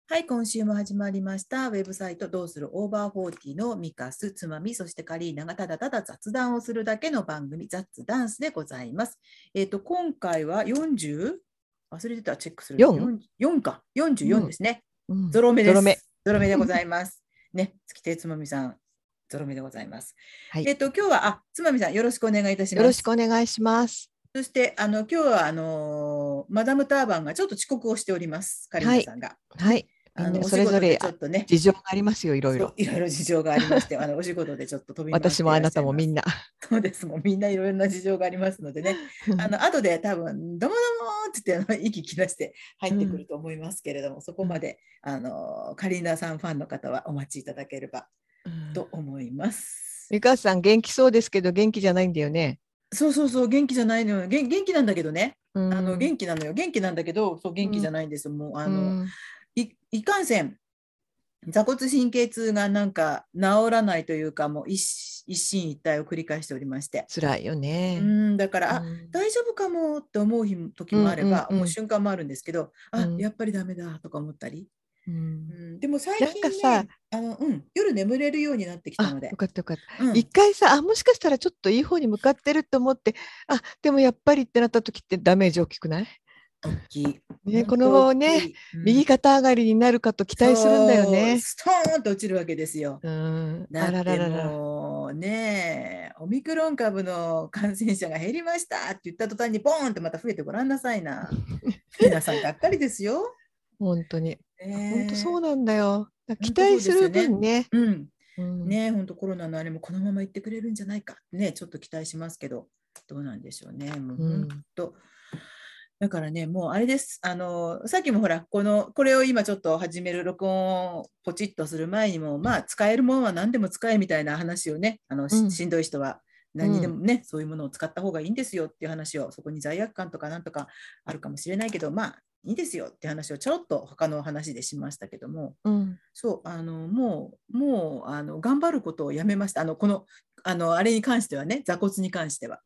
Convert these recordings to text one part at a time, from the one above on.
はい、今週も始まりましたウェブサイトどうするオーバーフォーティーのミカス、つまみ、そしてカリーナがただただ雑談をするだけの番組、雑ダンスでございます。今回は 40? 忘れてた、チェックする。4か、44ですね。ゾロ目です。ゾロ目でございます。ね、月亭つまみさん、ゾロ目でございます。はい、今日は、つまみさん、よろしくお願いいたします。 よろしくお願いします。 そして今日はマダムターバンがちょっと遅刻をしております、カリーナさんが。 はい。 お仕事でちょっとね、 事情がありますよ、いろいろ。 いろいろ事情がありまして、お仕事でちょっと飛び回っていらっしゃいます。 私もあなたもみんな。 そうです、もうみんないろいろな事情がありますのでね、後で多分、どもどもって言って息切らして入ってくると思いますけれども、そこまでカリーナさんファンの方はお待ちいただければと思います。 ミカさん、元気そうですけど、元気じゃないんだよね。 そうそうそう、元気じゃないのよ。元気なんだけどね。元気なのよ。元気なんだけど、そう、元気じゃないんですよ。もう、いかんせん、座骨神経痛がなんか治らないというか、もう一進一退を繰り返しておりまして。 辛いよね。 だから、大丈夫かもって思う時もあれば、思う瞬間もあるんですけど、やっぱりダメだとか思ったり。でも最近ね、夜眠れるようになってきたので。 よかったよかった。一回さ、もしかしたらちょっといい方に向かってると思って、でもやっぱりってなった時ってダメージ大きくない？ 大きい。 ね、このね、右肩上がりになるかと期待するんだよね。 ストーンと落ちるわけですよ。だってもうね、オミクロン株の感染者が減りましたって言った途端にボーンってまた増えてごらんなさいな。皆さんがっかりですよ。 本当に。本当そうなんだよ。期待する分ね。 ね、本当コロナのあれもこのまま行ってくれるんじゃないかね、ちょっと期待しますけど、どうなんでしょうね。もう本当。だからね、もうあれです。さっきもほら、これを今ちょっと始める録音をポチッとする前にも、まあ、使えるものは何でも使えみたいな話をね、しんどい人は何にでもね、そういうものを使った方がいいんですよっていう話を、そこに罪悪感とかなんとかあるかもしれないけど、まあ、いいですよって話をちょろっと他の話でしましたけども、そう、もう頑張ることをやめました。あれに関してはね、座骨に関しては。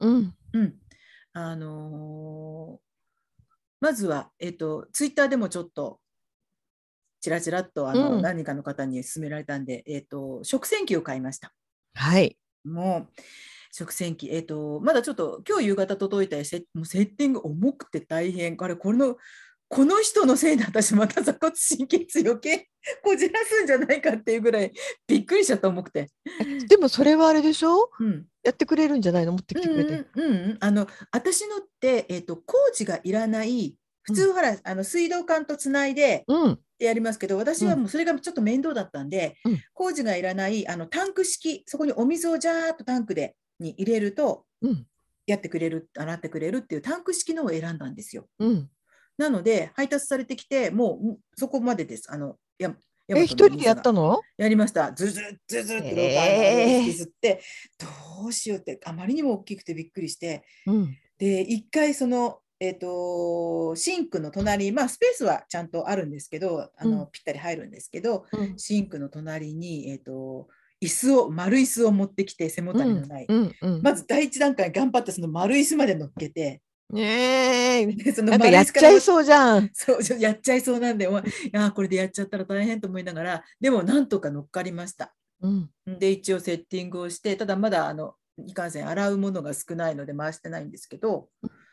まずは、ツイッターでもちょっとちらちらっと何かの方に勧められたんで、食洗機を買いました。 はい。 もう食洗機、まだちょっと今日夕方届いたもうセッティング重くて大変。この人のせいで私また座骨神経痛余計こじらすんじゃないかっていうぐらいびっくりしちゃった重くて。 でもそれはあれでしょ？やってくれるんじゃないの？持ってきてくれて。 私のって、工事がいらない普通ほら、水道管とつないでやりますけど、私はもうそれがちょっと面倒だったんで、工事がいらないタンク式、そこにお水をジャーっとタンクに入れると、やってくれる、洗ってくれるっていうタンク式のを選んだんですよ。なので、配達されてきて、もうそこまでです。 一人でやったの？ やりました。ずずって廊下引きずって、どうしようって、あまりにも大きくてびっくりして、で、一回その、シンクの隣、まあ、スペースはちゃんとあるんですけど、ぴったり入るんですけど、シンクの隣に、丸椅子を持ってきて、背もたれのない。まず第一段階頑張ってその丸椅子まで乗っけて、 なんかやっちゃいそうじゃん。 そう、やっちゃいそうなんで、これでやっちゃったら大変と思いながら、でもなんとか乗っかりました。で、一応セッティングをして、ただまだいかんせん洗うものが少ないので回してないんですけど、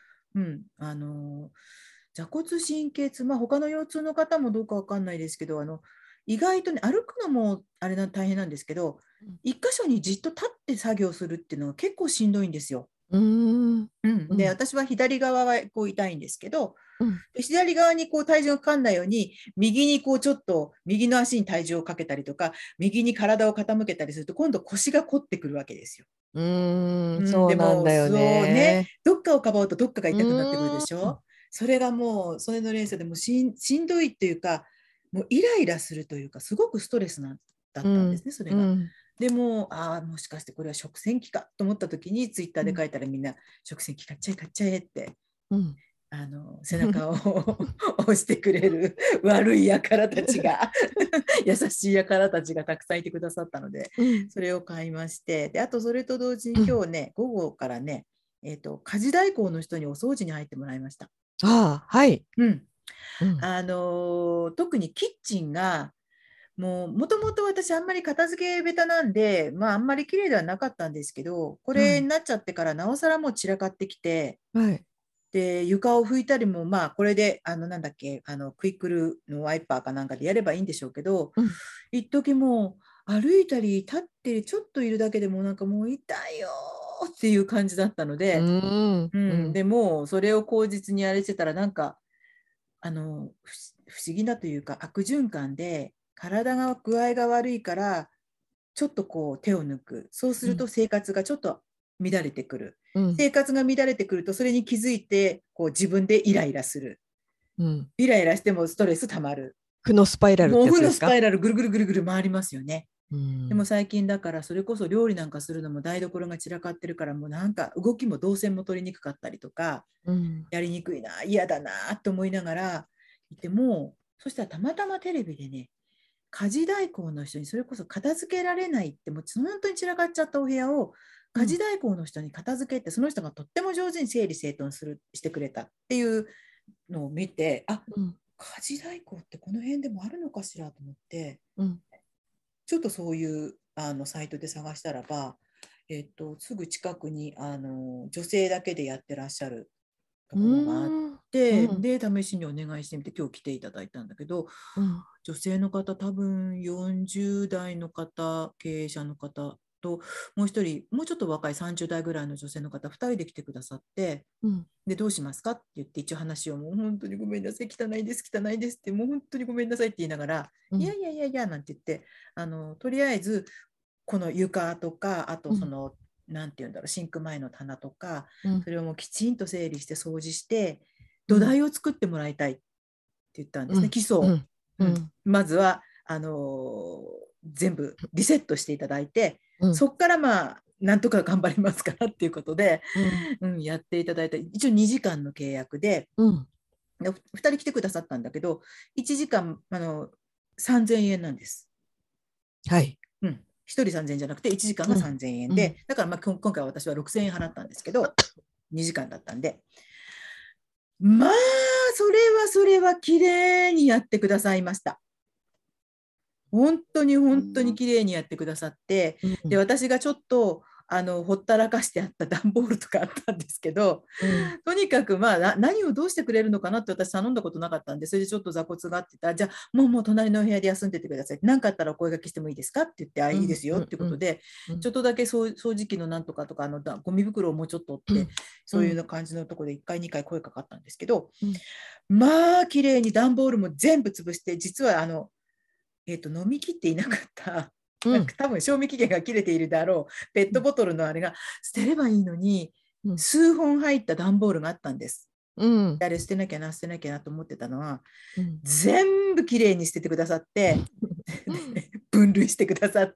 座骨神経痛、まあ、他の腰痛の方もどうかわかんないですけど、意外とね、歩くのも大変なんですけど、一箇所にじっと立って作業するっていうのが結構しんどいんですよ。で、私は左側はこう痛いんですけど、左側にこう体重がかかんないように、右にこうちょっと右の足に体重をかけたりとか、右に体を傾けたりすると、今度腰が凝ってくるわけですよ。 そうなんだよね。 どっかをかばうとどっかが痛くなってくるでしょ。それがもうそれの連鎖でもしんどいっていうか、もうイライラするというか、すごくストレスだったんですね、それが。でも、もしかしてこれは食洗機かと思った時にツイッターで書いたらみんな食洗機買っちゃえって、背中を押してくれる悪い輩たちが優しい輩たちがたくさんいてくださったので、それを買いまして、であとそれと同時に今日ね、午後からね、家事代行の人にお掃除に入ってもらいました。 はい。 うん。 特にキッチンが、もともと私あんまり片付け下手なんで、まああんまり綺麗ではなかったんですけど、こはい。 れになっちゃってからなおさらもう散らかってきて、 はい。 で、床を拭いたりも、まあこれで、なんだっけ、クイックルのワイパーかなんかでやればいいんでしょうけど、 うん。 一時もう歩いたり立ってちょっといるだけでもなんかもう痛いよーっていう感じだったのうで、 ん。 うん、 うん。 でもうそれを口実にあれしてたらなんか不思議だというか悪循環で体が具合が悪いからちょっとこう手を抜く。そうすうん。 ると生活がちょっと乱れてくる。 うん。 生活が乱れてくるとそれに気づいてこう自分でイライラする。 うん。 イライラしてもストレスたまる。 負のスパイラルっもう負てやつですか？ のスパイラルぐるぐるぐるぐる回りますよね。 うん。 でも最近だからそれこそ料理なんかするのも台所が散らかってるからもうなんか動きも動線も取りにくかったりとかうん。 やりにくいな嫌だなと思いながらいてもそしたらたまたまテレビでね家事代行の人にそれこそ片付けられないってもう本当に散らかっちゃったお部屋をうん。 家事代行の人に片付けってその人がとっても上手に整理整頓してくれたっていうのを見てうん。 家事代行ってこの辺でもあるのかしらと思ってうん。 ちょっとそういうサイトで探したらば、すぐ近くに女性だけでやってらっしゃるとうころがあっん。うて、 ん。 で、試しにお願いしてみて、今日来ていただいたんだけど、 うん。 女性の方、多分40代の方、経営者の方と、もう一人、もうちょっと若い30代ぐらいの女性の方、2人で来てくださって、 うん。 で、どうしますかって言って、一応話を、もう本当にごめんなさい、汚いです、汚いですって、もう本当にごめんなさいって言いながら、 うん。 いやいやいやいや、なんて言って、とりあえず、この床とか、あとうん。 その、なんて言うんだろう、シンク前の棚とか、 うん。 それをもうきちんと整理して掃除して、土うん。 台を作ってもらいたいって言ったんですね、 うん。 基礎を。 うん。 うん、 うん。 まずは全部リセットしていただいて、 うん。 そこからまあ、なんとか頑張りますからっていうことで、 うん。 うん、やっていただいた、一応2時間の契約で、 うん。 2人来てくださったんだけど、1時間3000円なんです。 はい。 うん、1人3000円じゃなくて、1時間がうん。 3000円うん。 で、だからまあ今回私は6000円払ったんですけど、2時間だったんで、まあ、それは綺麗にやってくださいました。本当に本当に綺麗にやってくださって、で、 うん。 私がちょっと、ほったらかしてあった段ボールとかあったんですけど、 うん。 とにかくまあ何をどうしてくれるのかなって私頼んだことなかったんで、それでちょっと座骨があってた、じゃあもう隣の部屋で休んでてください。何かあったらお声掛けしてもいいですかって言って、いいでうん。 すよっていううん。 ことで、 うん。 ちょっとだけ掃除機のなんとかとか、ゴミ袋をもうちょっとって、そういう感じのところで1回、2回声かかったんですけど、 うん。 まあ、綺麗に段ボールも全部潰して、実は飲み切っていなかった、 うん。 なんか多分賞味期限が切れているであろう、ペットボトルのあれが捨てればいいのに、 うん。 数本入った段ボールがあったんです。 うん。 あれ捨てなきゃな、捨てなきゃなと思ってたのは、 うん。 全部きれいに捨ててくださって、分類してくださって、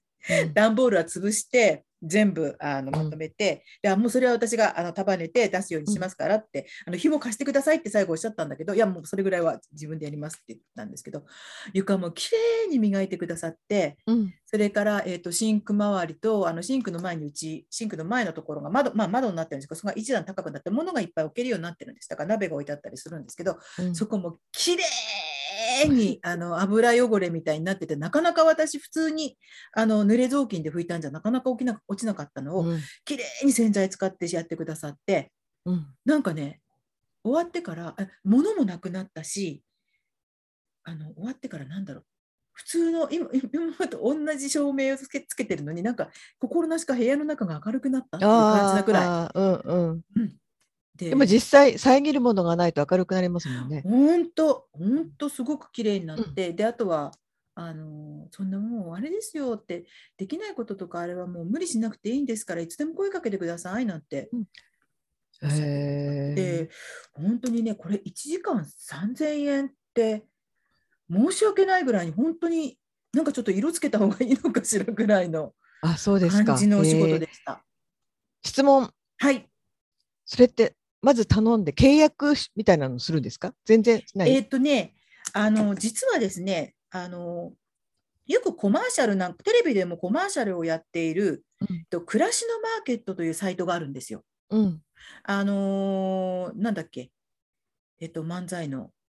うん。 段ボールは潰して全部まとうん。 めて、でもうそれは私が束ねて出すようにうん。 しますからって、紐貸してくださいって最後おっしゃったんだけど、いやもうそれぐらいは自分でやりますって言ったんですけど、床もきれいに磨いてくださって、 うん。 それから、シンク周りとシンクの前にシンクの前のところが窓になってるんですけど、そこが一段高くなって物がいっぱい置けるようになってるんです。だから鍋が置いてあったりするんですけど、 うん。 そこもきれいに油汚れみたいになってて、なかなか私普通に濡れ雑巾で拭いたんじゃなかなか落ちなかったのをうん。 きれいに洗剤使ってやってくださって、 うん。 なんかね、終わってから物もなくなったし、終わってからなんだろう、普通の今までと同じ照明をつけてるのになんか心なしか部屋の中が明るくなったっていう感じなくらい、 ああ、うんうん。 うん、 でもで実際、遮るものがないと明るくなりますもんね。 本当すごく綺麗になうん。 って、であとはそんなもうあれですよって、できないこととかあれはもう無理しなくていいんですからいつでも声かけてくださいなんてうん。 おっしゃってくださって、 へえ。 本当にねこれ1時間3000円って申し訳ないぐらいに本当になんかちょっと色つけた方がいいのかしらぐらいのあ、そうです感じか。 のお仕事へえ。 でした。 質問。 はい。 それって、まず頼んで契約みたいなのするんですか？全然ない。 実はですね、よくコマーシャルなんか、テレビでもコマーシャルをやっている、 うん。 暮らしのマーケットというサイトがあるんですよ。 うん。 なんだっけ、漫才の。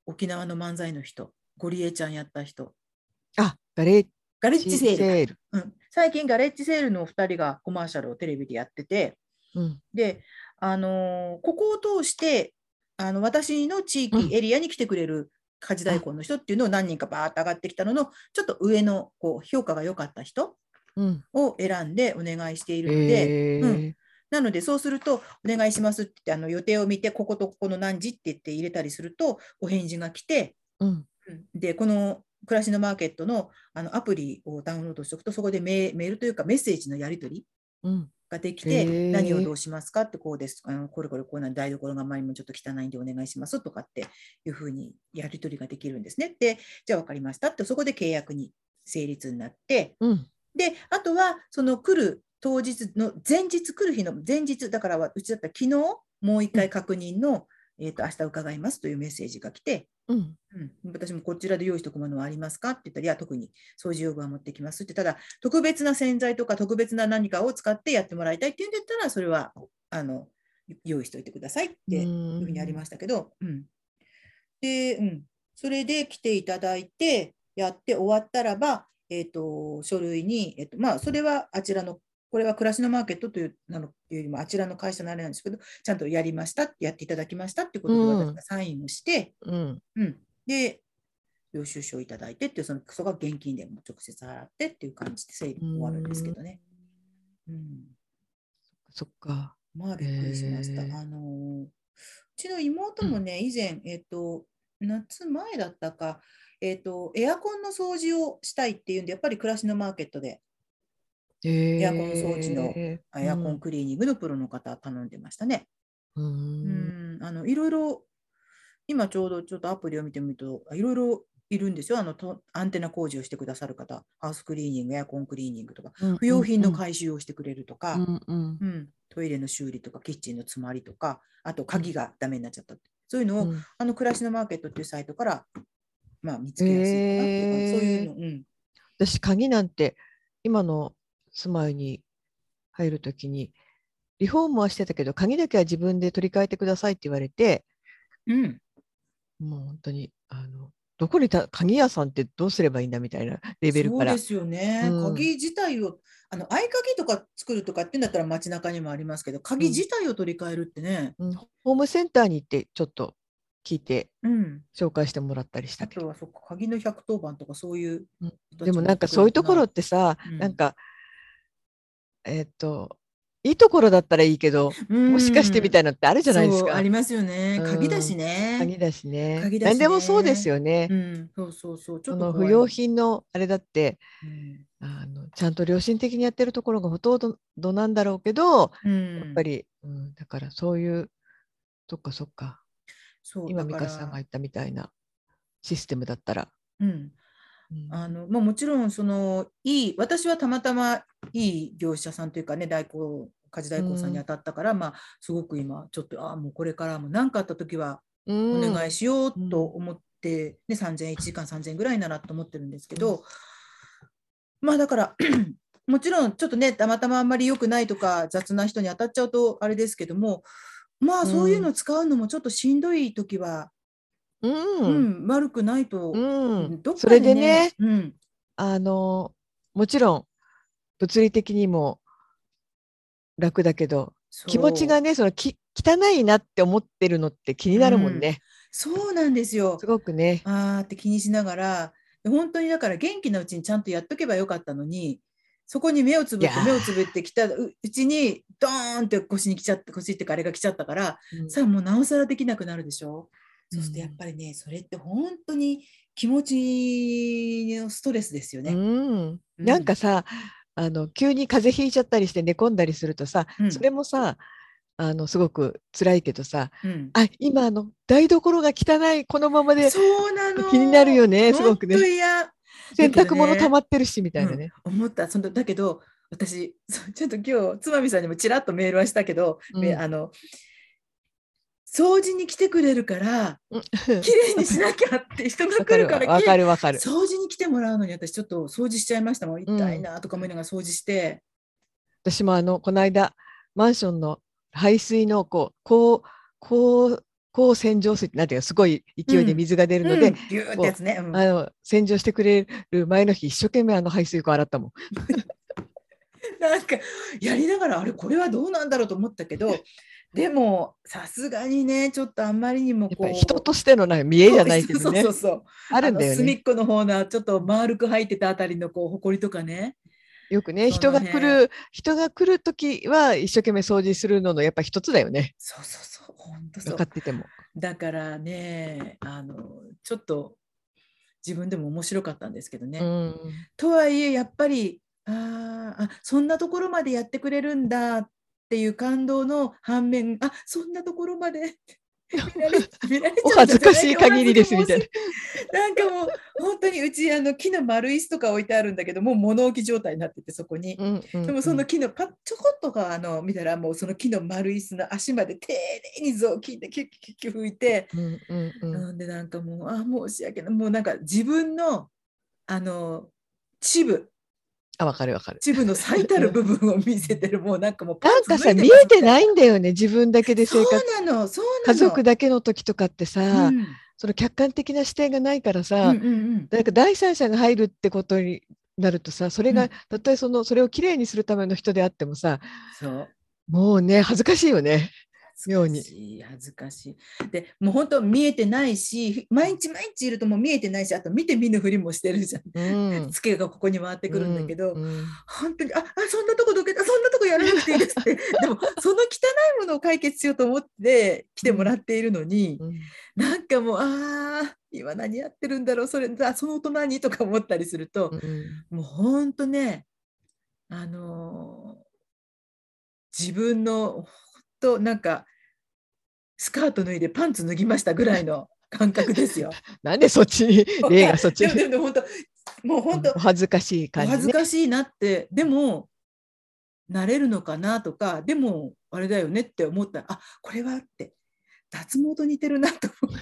沖縄の漫才の人、ゴリエちゃんやった人。 あ、ガレッガレッジジセールか。 セール。 最近ガレッジセールのお二人がコマーシャルをテレビでやってて、で、ここを通して私の地域、エリアに来てくれる家事代行の人っていうのを何人かバーッと上がってきたのの、ちょっと上のこう評価が良かった人を選んでお願いしているので、なのでそうすると、お願いしますって予定を見て、こことここの何時って言って入れたりすると、お返事が来て、で、この暮らしのマーケットのアプリをダウンロードしておくと、そこでメールというかメッセージのやり取りができて、何をどうしますかって、こうです、これこれこうなんで、台所があまりにもちょっと汚いんでお願いしますとかっていうふうにやり取りができるんですね。で、じゃあ分かりましたって、そこで契約に成立になって、で、あとはその来る当日の前日、来る日の前日、だからうちだったら昨日もう一回確認の、明日伺いますというメッセージが来て、私もこちらで用意しておくものはありますかって言ったら、いや、特に掃除用具は持ってきますって、ただ、特別な洗剤とか特別な何かを使ってやってもらいたいっていうんだったら、それは用意しておいてくださいっていうふうにありましたけど、で、それで来ていただいて、やって終わったらば、書類に、それはあちらの、これは暮らしのマーケットというよりも、あちらの会社のあれなんですけど、ちゃんとやりました、やっていただきましたっていうことで、私がサインをして、で、領収書をいただいてっていう、そこが現金でも直接払ってっていう感じで整理終わるんですけどね。 そっか。 まあ、びっくりしました。うちの妹もね、以前、夏前だったか、エアコンの掃除をしたいっていうんで、やっぱり暮らしのマーケットで、エアコン掃除の、エアコンクリーニングのプロの方頼んでましたね。いろいろ、今ちょっとアプリを見てみると、いろいろいるんですよ。アンテナ工事をしてくださる方、ハウスクリーニング、エアコンクリーニングとか、不用品の回収をしてくれるとか、トイレの修理とか、キッチンの詰まりとか、あと鍵がダメになっちゃった。そういうのを、暮らしのマーケットっていうサイトから、見つけやすいかなっていう感じ、そういうの。 私、鍵なんて、今の住まいに入るときに、リフォームはしてたけど、鍵だけは自分で取り替えてくださいって言われて、もう本当に、どこに鍵屋さんってどうすればいいんだみたいなレベルから。 そうですよね。鍵自体を、合鍵とか作るとかっていうんだったら街中にもありますけど、鍵自体を取り替えるってね。 ホームセンターに行ってちょっと聞いて、紹介してもらったりしたけど。 あとはそっか、鍵の110番とかそういう。 でもなんかそういうところってさ、なんか、いいところだったらいいけど、もしかしてみたいなのってあるじゃないですか。 そう、ありますよね。鍵だしね。 鍵だしね。 鍵だしね。 何でもそうですよね。 そう。ちょっそとの不用品のあれだって、ちゃんと良心的にやってるところがほとんどなんだろうけど、やっぱり、だからそういう、そっかそっか。今、美香さんが言ったみたいなシステムだったら。 もちろん私はたまたまいい業者さんというかね、家事代行さんに当たったから、すごく今ちょっともうこれからも何かあった時はお願いしようと思って、3000円、1時間3000円ぐらいならと思ってるんですけど、だからもちろんちょっとね、たまたまあんまり良くないとか雑な人に当たっちゃうとあれですけども、そういうの使うのもちょっとしんどい時は悪くないと、どっそれかででね、 ね、 もちろん物理的にも楽だけど、気持ちがね、汚いなって思ってるのって気になるもんね。 そうなんですよ。 すごくね。 って気にしながら、本当にだから元気なうちにちゃんとやっとけばよかったのに、そこに目をつぶってきたうちに、ドーンって腰ってかあれが来ちゃったから、さあもうなおさらできなくなるでしょ。そうするとやっぱりね、それって本当に気持ちのストレスですよね。 なんかさ、急に風邪ひいちゃったりして寝込んだりするとさ、それもさ、すごく辛いけどさ、今台所が汚い、このままでそうなの気になるよね、すごくね。 本当嫌。 洗濯物溜まってるしみたいなね。 思った。だけど、私、ちょっと今日、つまみさんにもちらっとメールはしたけど、掃除に来てくれるから、きれいにしなきゃって人が来るから、 わかるわかる。 掃除に来てもらうのに私ちょっと掃除しちゃいましたもん。痛いなとか思いながら掃除して。 私もこの間、マンションの排水のこう洗浄水なんていうかすごい勢いで水が出るので、 ビューってやつね。 洗浄してくれる前の日一生懸命排水口洗ったもん。 なんかやりながらあれこれはどうなんだろうと思ったけど、でもさすがにねちょっとあんまりにもやっぱり人としての見栄じゃないけどね。そうあるんだよね。 隅っこの方のちょっと丸く入ってたあたりの埃とかね。 よくね、人が来る時は一生懸命掃除するののやっぱ一つだよね。 そう本当そう。 分かってても。 だからねちょっと自分でも面白かったんですけどね。とはいえやっぱりそんなところまでやってくれるんだっていう感動の反面、そんなところまで見られちゃお恥ずかしい限りですみたいな。 なんかもう本当にうち木の丸椅子とか置いてあるんだけどもう物置状態になっててそこに、でもその木のちょこっとか見たらもうその木の丸椅子の足まで丁寧に雑巾でキュッキュッキュッ拭いて、でなんかもう申し訳ない、もうなんか自分のチブわかるわかる。 チブの最たる部分を見せてる、もうなんかもうなんかさ見えてないんだよね、自分だけで生活。 そうなの家族だけの時とかってさ、その客観的な視点がないからさ、なんか第三者が入るってことになるとさ、それがたとえそれをきれいにするための人であってもさ、もうね恥ずかしいよね。 妙に恥ずかしい。でもう本当見えてないし、毎日いるともう見えてないし、あと見て見ぬふりもしてるじゃん。ツケがここに回ってくるんだけど、本当にそんなとこどけた、そんなとこやらなくていいですって。でもその汚いものを解決しようと思って来てもらっているのに、なんかもう今何やってるんだろう、その大人にとか思ったりすると、もう本当ね自分のとなんかスカート脱いでパンツ脱ぎましたぐらいの感覚ですよ。 なんでそっちに例がそっちに。 でも本当もう本当お恥ずかしい感じ、ね、 お恥ずかしいなって、でもなれるのかなとか、でもあれだよねって思ったら、これはって脱毛と似てるなと思って。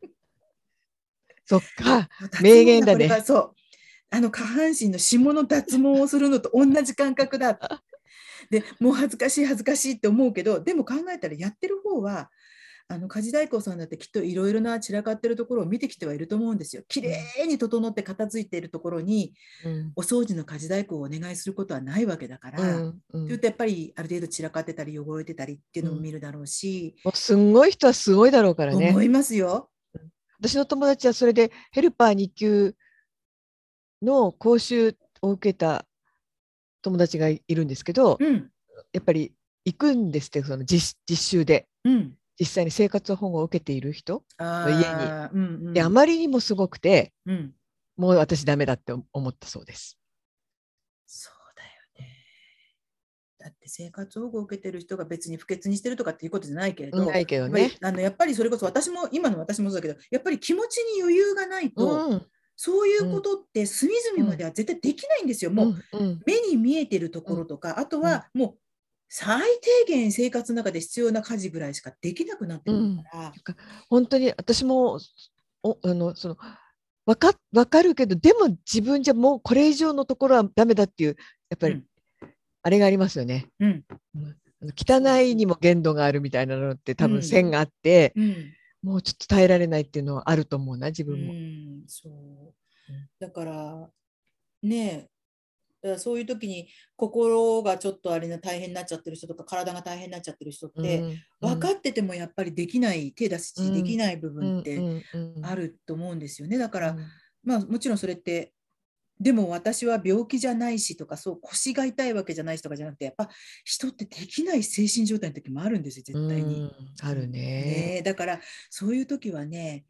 そっか、名言だね。 そう下半身の下の脱毛をするのと同じ感覚だ。でもう恥ずかしいって思うけど、でも考えたらやってる方は家事代行さんだってきっといろいろな散らかってるところを見てきてはいると思うんですよ。きれいに整って片付いているところに、お掃除の家事代行をお願いすることはないわけだから、というとやっぱりある程度散らかってたり汚れてたりっていうのを見るだろうし、 すんごい人はすごいだろうからね。 思いますよ。 私の友達はそれでヘルパー2級の講習を受けた友達がいるんですけど、やっぱり行くんですって、その実習で、実際に生活保護を受けている人の家に、であまりにもすごくて、もう私ダメだって思ったそうです。 そうだよね。だって生活保護を受けてる人が別に不潔にしてるとかっていうことじゃないけれど、 ないけどね、 やっぱりそれこそ今の私もそうだけど、やっぱり気持ちに余裕がないと、そういうことって隅々までは絶対できないんですよ。もう目に見えてるところとか、あとはもう最低限生活の中で必要な家事ぐらいしかできなくなってるから、 本当に私も分かるけど、でも自分じゃもうこれ以上のところはダメだっていうやっぱり、あれがありますよね。汚いにも限度があるみたいなのって多分線があって、もうちょっと耐えられないっていうのはあると思うな、自分も。 だからねだからそういう時に心がちょっとあれな大変になっちゃってる人とか体が大変になっちゃってる人って、分かっててもやっぱりできない手出しできない部分ってあると思うんですよね。だから、もちろんそれってでも私は病気じゃないしとか、そう腰が痛いわけじゃない人とかじゃなくて、やっぱ人ってできない精神状態の時もあるんですよ、絶対に。 あるね。 だからそういう時はね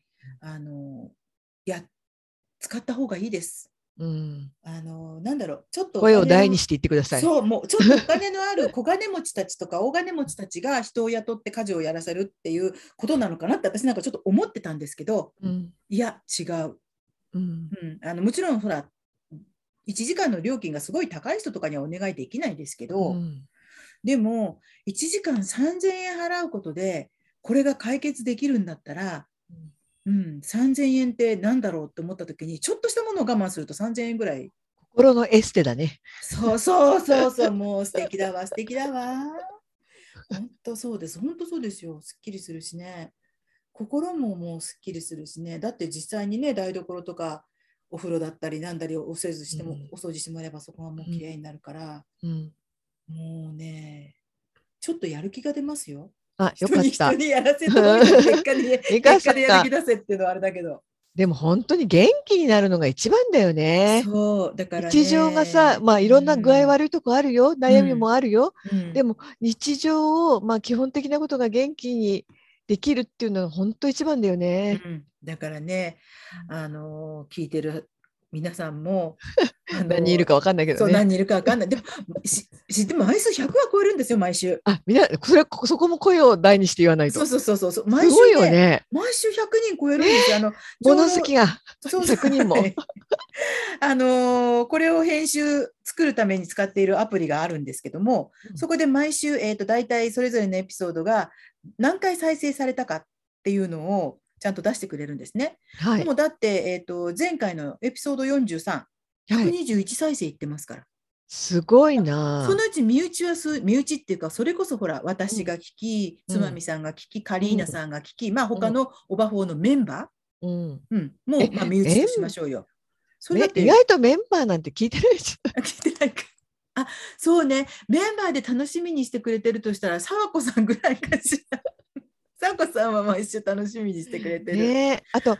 使った方がいいです。なんだろう、ちょっと声を大にして言ってください。 そう、もうちょっとお金のある小金持ちたちとか大金持ちたちが人を雇って家事をやらせるっていうことなのかなって私なんかちょっと思ってたんですけど、いや違う。もちろんほら1時間の料金がすごい高い人とかにはお願いできないですけど、でも1時間3000円払うことでこれが解決できるんだったら、3000円ってなんだろうって思った時に、ちょっとしたものを我慢すると3000円ぐらい。 心のエステだね。 そう、もう素敵だわ。 本当そうです。本当そうですよ。すっきりするしね。心ももうすっきりするしね。だって実際にね、台所とかお風呂だったりなんだりをおせずしても、お掃除してもらえばそこがもう綺麗になるから、もうね、ちょっとやる気が出ますよ。 よかった。 人にやらせといて結果でやる気出せっていうのはあれだけど。 でも本当に元気になるのが一番だよね。 そう、だからね。 日常がさ、いろんな具合悪いとこあるよ、悩みもあるよ。でも日常を、基本的なことが元気にできるっていうのは本当一番だよね。 だからね、聞いてる皆さんも何人いるか分かんないけどね。 そう、何人いるか分かんない。でも枚数100は超えるんですよ、毎週。 そこも声を大にして言わないと。 そう。 毎週ね。 毎週100人超えるんですよ。 物好きが100人も。 これを編集作るために使っているアプリがあるんですけども、そこで毎週、大体それぞれのエピソードが何回再生されたかっていうのをちゃんと出してくれるんですね。でもだって、前回のエピソード43、121再生いってますから。 すごいな。 そのうち身内っていうか、それこそほら、私が聞き、つまみさんが聞き、カリーナさんが聞き、他のオバフォーのメンバー、もう、身内としましょうよ。 それだって意外とメンバーなんて聞いてないじゃん。聞いてないか。そうね、メンバーで楽しみにしてくれてるとしたら、沢子さんぐらいかしら。沢子さんは毎週楽しみにしてくれてる。 あと、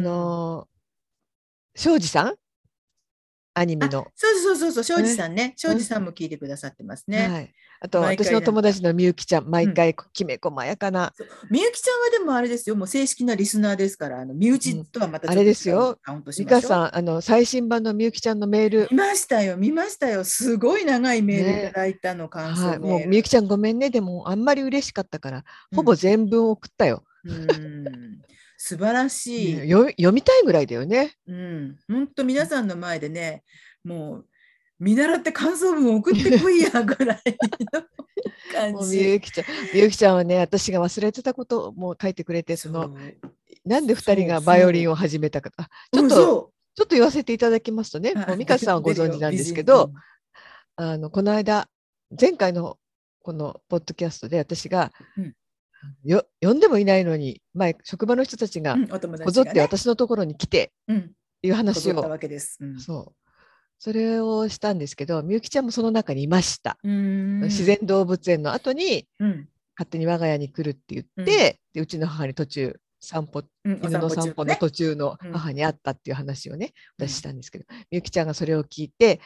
庄司さんアニメの。 そう、庄司さんね。庄司さんも聞いてくださってますね。 あと、私の友達のみゆきちゃん、毎回きめ細やかな。 みゆきちゃんはでもあれですよ、もう正式なリスナーですから、身内とはまたちょっと違うカウントしましょう。美香さん、最新版のみゆきちゃんのメール。 見ましたよ。すごい長いメールいただいたの、感想メール。 もうみゆきちゃんごめんね。でも、あんまり嬉しかったから、ほぼ全文送ったよ。 素晴らしい。 読みたいぐらいだよね。 本当皆さんの前でね、もう見習って感想文を送ってこいやぐらいの感じ。 みゆきちゃんはね、私が忘れてたことも書いてくれて、なんで2人がバイオリンを始めたか。ちょっと言わせていただきますとね、美香さんはご存知なんですけど、この間、前回のこのポッドキャストで私が、呼んでもいないのに、前、職場の人たちがこぞって私のところに来て、いう話を、それをしたんですけど、みゆきちゃんもその中にいました。自然動物園の後に、勝手に我が家に来るって言って、うちの母に途中、犬の散歩の途中の母に会ったっていう話をね、私したんですけど、みゆきちゃんがそれを聞いて、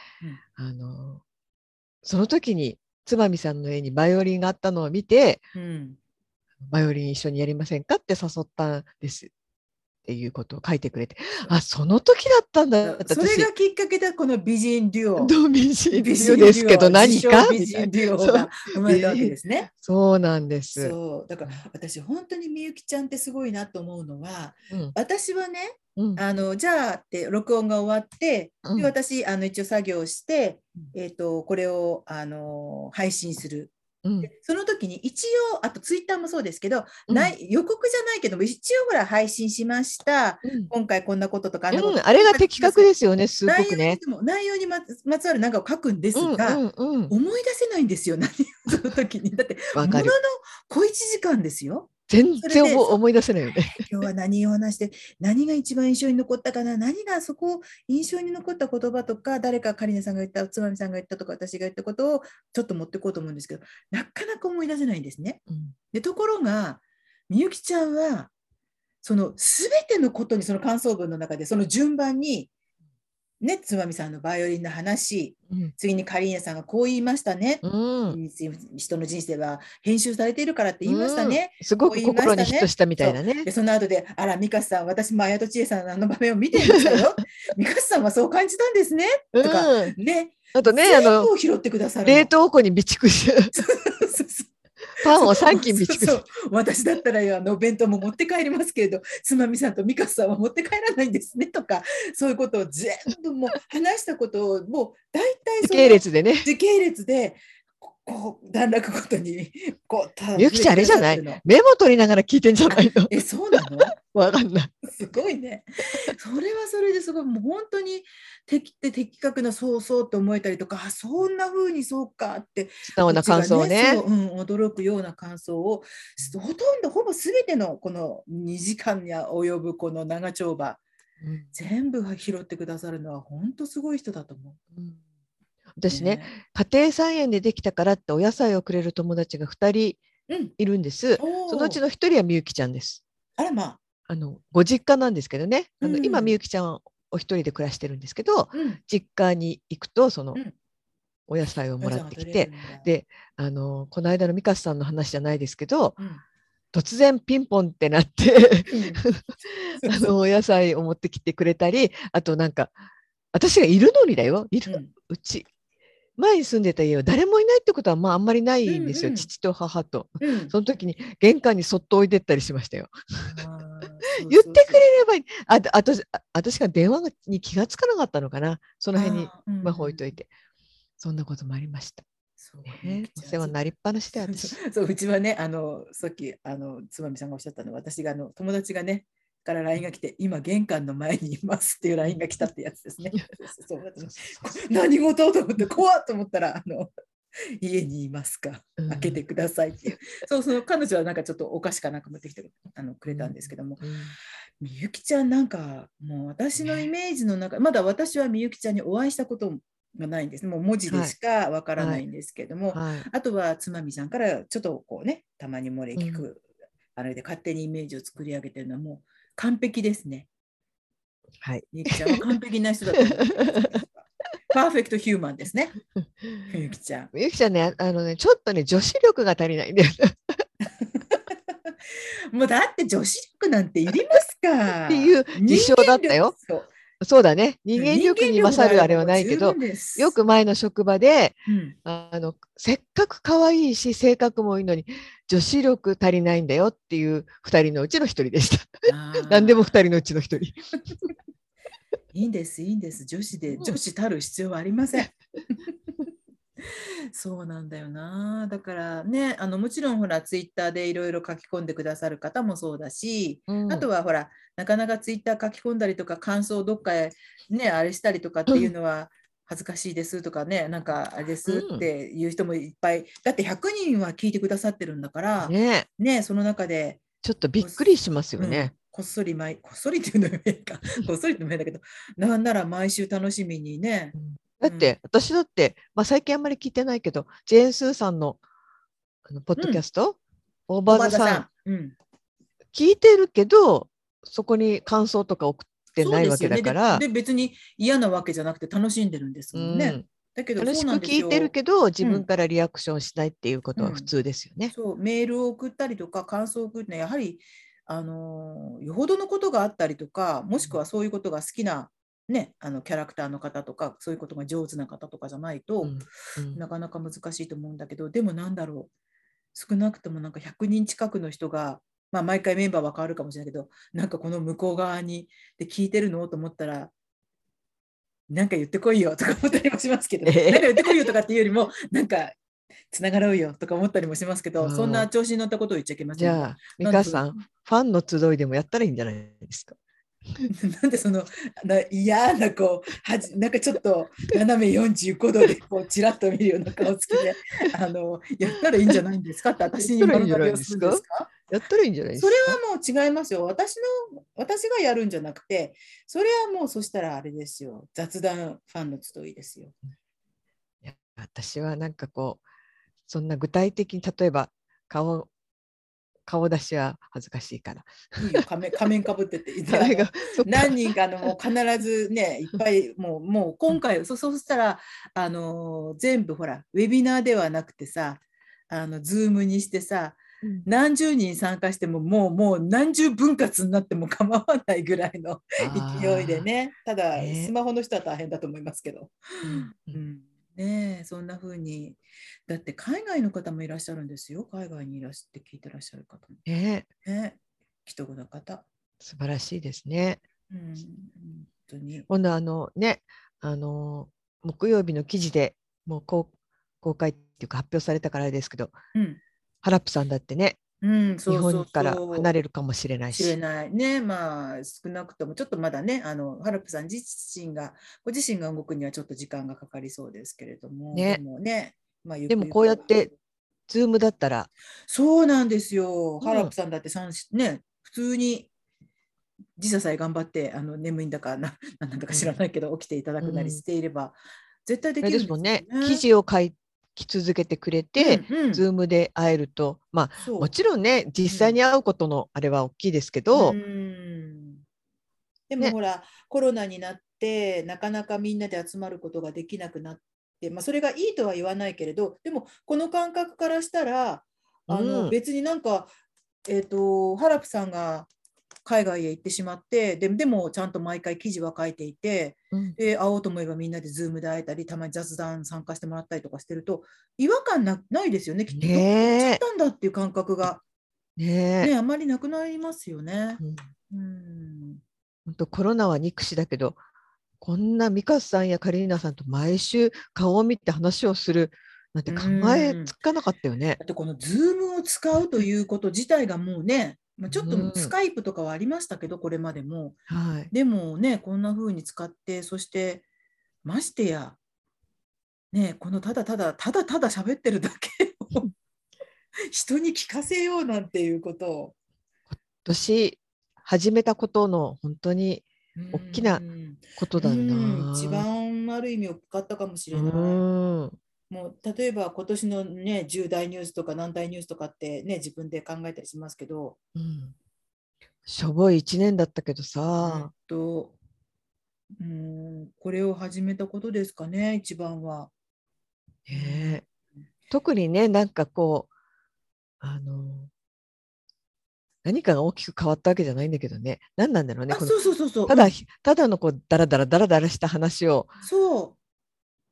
その時につまみさんの家にバイオリンがあったのを見て、バイオリン一緒にやりませんかって誘ったんですっていうことを書いてくれて、その時だったんだって。 それがきっかけだ、この美人デュオ。 美人デュオですけど何か美人デュオが生まれたわけですね。 そうなんです。 そうだから私本当にみゆきちゃんってすごいなと思うのは、私はね、じゃあって録音が終わって、で私一応作業して、これを配信する。その時に一応、あとツイッターもそうですけど、予告じゃないけども、一応ほら配信しました、今回こんなこととか、 あれが的確ですよね、すごくね。 内容にまつわる何かを書くんですが、思い出せないんですよ、その時に。だって、ものの小1時間ですよ。 全然思い出せないよね。 今日は何を話して、何が一番印象に残ったかな、何がそこ印象に残った言葉とか、誰かカリナさんが言った、つまみさんが言ったとか、私が言ったことをちょっと持っていこうと思うんですけど、なかなか思い出せないんですね。でところが、みゆきちゃんは、その全てのことにその感想文の中で、その順番に、ね、つまみさんのバイオリンの話、次にカリーナさんがこう言いましたね、人の人生は編集されているからって言いましたね、 すごく心にヒットしたみたいなね。 でその後で、あら、ミカさん、私も綾戸千恵さんの場面を見ていましたよ。ミカさんはそう感じたんですね。とか、ね。 あとね、 全部を拾ってくださる。 冷凍庫に備蓄して。パンを3斤備蓄。 そう私だったら弁当も持って帰りますけれど、つまみさんとミカさんは持って帰らないんですねとか、そういうことを全部もう話したことをもう大体時系列でね。 時系列でこう段落ごとにこうみゆきちゃんあれじゃない？メモ取りながら聞いてんじゃないの？ そうなの？ わかんない。 すごいね。それはそれですごい、もう本当に的確な、そうそうって思えたりとか、そんな風にそうかって、 素直な感想をね。 そう、驚くような感想を、ほぼ全てのこの2時間に及ぶこの長丁場、全部拾ってくださるのは本当すごい人だと思う。 私ね、家庭菜園でできたからってお野菜をくれる友達が2人いるんです。そのうちの1人はみゆきちゃんです。 あらまあ。 ご実家なんですけどね、今みゆきちゃんお一人で暮らしてるんですけど、実家に行くとその、お野菜をもらってきて、でこの間のミカスさんの話じゃないですけど、突然ピンポンってなってお野菜を持ってきてくれたり、あとなんか私がいるのにだよ、うち前に住んでた家は誰もいないってことはあんまりないんですよ、父と母と。その時に玄関にそっと置いてったりしましたよ。言ってくれればいい。私が電話に気がつかなかったのかな、その辺に置いといて。そんなこともありました。お世話になりっぱなしで私。 そう、うちはね、さっきつまみさんがおっしゃったのは、私が友達がねから LINE が来て、今玄関の前にいますっていう LINE が来たってやつですね。何事と思って、怖っと思ったら、家にいますか、開けてくださいっていう、その彼女はなんかちょっとお菓子かなんか持ってきてくれたんですけども、みゆきちゃんなんかもう私のイメージの中、まだ私はみゆきちゃんにお会いしたことがないんです。もう文字でしかわからないんですけども、あとはつまみさんからちょっとこうね、たまに漏れ聞く、あれで勝手にイメージを作り上げてるのはもう完璧ですね。 はい。 みゆきちゃんは完璧な人だと思います。パーフェクトヒューマンですね。みゆきちゃん。 みゆきちゃんね、ちょっとね、女子力が足りないんだよ。 もうだって女子力なんていりますかっていう事象だったよ。そうだね。人間力に勝るあれはないけど、よく前の職場で、せっかく可愛いし、性格もいいのに、女子力足りないんだよっていう2人のうちの1人でした。何でも2人のうちの1人。 いいんです、いいんです。女子たる必要はありません。そうなんだよな。だからね、もちろんほら、ツイッターでいろいろ書き込んでくださる方もそうだし、あとはほら、なかなかツイッター書き込んだりとか、感想をどっかへね、あれしたりとかっていうのは、恥ずかしいですとかね、なんかあれですっていう人もいっぱい、だって100人は聞いてくださってるんだから、ね、その中で。 ちょっとびっくりしますよね。 こっそりっていうのも変か、こっそりっても変だけど、なんなら毎週楽しみにね。 だって、私だって、最近あんまり聞いてないけど、ジェーン・スーさんのポッドキャスト、オーバーザさん、聞いてるけど、そこに感想とか送ってないわけだから。 で別に嫌なわけじゃなくて楽しんでるんですもんね。だけど楽しく聞いてるけど、自分からリアクションしないっていうことは普通ですよね。 そう、メールを送ったりとか、感想を送るのはやはり、よほどのことがあったりとか、もしくはそういうことが好きな、ね、キャラクターの方とか、そういうことが上手な方とかじゃないと、なかなか難しいと思うんだけど、でもなんだろう、少なくともなんか100人近くの人が、毎回メンバーは変わるかもしれないけど、なんかこの向こう側にで聞いてるのと思ったら、なんか言ってこいよとか思ったりもしますけど、なんか言ってこいよとかっていうよりも、なんかつながろうよとか思ったりもしますけど、そんな調子に乗ったことを言っちゃいけません。 じゃあ、美香さん、ファンの集いでもやったらいいんじゃないですか。 なんでその嫌ななんかちょっと斜め45度でちらっと見るような顔つきでやったらいいんじゃないんですかって私に丸投げをするんですか？ やったらいいんじゃないですか。 それはもう違いますよ。私がやるんじゃなくて、それはもうそしたらあれですよ。雑談ファンの集いですよ。 いや、私はなんかそんな具体的に例えば顔出しは恥ずかしいから。 いいよ、仮面かぶってて。何人かもう必ずね、いっぱい、もう今回、そうしたら、全部ほら、ウェビナーではなくてさ、ズームにしてさ、何十人参加してももう何十分割になっても構わないぐらいの勢いでね。ただ、スマホの人は大変だと思いますけど。ね、そんな風に。だって海外の方もいらっしゃるんですよ。海外にいらして聞いてらっしゃる方も。既得な方。 素晴らしいですね。 本当に。 今度木曜日の記事でもう公開っていうか発表されたからあれですけど、 うん、 ハラップさんだってね、 そうそう日本から離そう。 れるかもしれないしれし。 ないね。まあ、少なくとも、ちょっとまだね、ハラプさんご自身が動くにはちょっと時間がかかりそうですけれども、でね。 もね、まあ、ゆでもこうやくゆくは。 ってズームだったら、 そうなんですよ。ハラうん、 プさんだってね、普通に時差さえ頑張って、眠いんだかなんだかうん、 知らないけど、起きていただくなりしうん。 ていれば、絶対であれきるんですよですもんね、記ね。 事を書き続けてくれうて、 んうん。 ズームで会えると、まあ、もそちろんね、実う。うん。 際に会うことのあれは大きいですけうど、 ん。でもね、 ほら、コロナになって、なかなかみんなで集まることができなくなって、まあ、それがいいとは言わないけれど、でも、この感覚からしたら、 うん、 別になんか、ハラプさんが海外へ行ってしまって、でもちゃんと毎回記事は書いていて、 うん、 で、会おうと思えばみんなでズームで会えたり、たまに雑談参加してもらったりとかしてると、違和感ないですよね、きっと。どっか行っちゃっねたんだっていう感覚が、 え、ねね、 え、 あまりなくなりますよね。 うん、 うん。 本当コロナは憎しだけど、こんなミカさんやカリーナさんと毎週顔を見て話をするなんてう考えん。 つかなかったよね。 だってこのズームを使うということ自体がもうね、まあ、ちょっとうん、 スカイプとかはありましたけど、これまでも。 はい。 でもね、こんな風に使って、そしてましてや、ね、このただ喋ってるだけを人に聞かせようなんていうことを。 年始めたことの本当にう大きなん、 ことだ一な。 番ある意味大きかったかもしうれない。 ん、 もう例えば今年のね、重大ニュースとか難題ニュースとかってね、自分で考えたりしますけど、 うん、しょぼい一年だったけどうんさ、 と、これを始めたことですかね、一番は。うん、 ねえ、特にね、なんかこう、何かが大きく変わったわけじゃないんだけどね。何なんだろうね。この、 そうそうそうそう、 ただ、ただのこう、ダラダラした話を、 そう。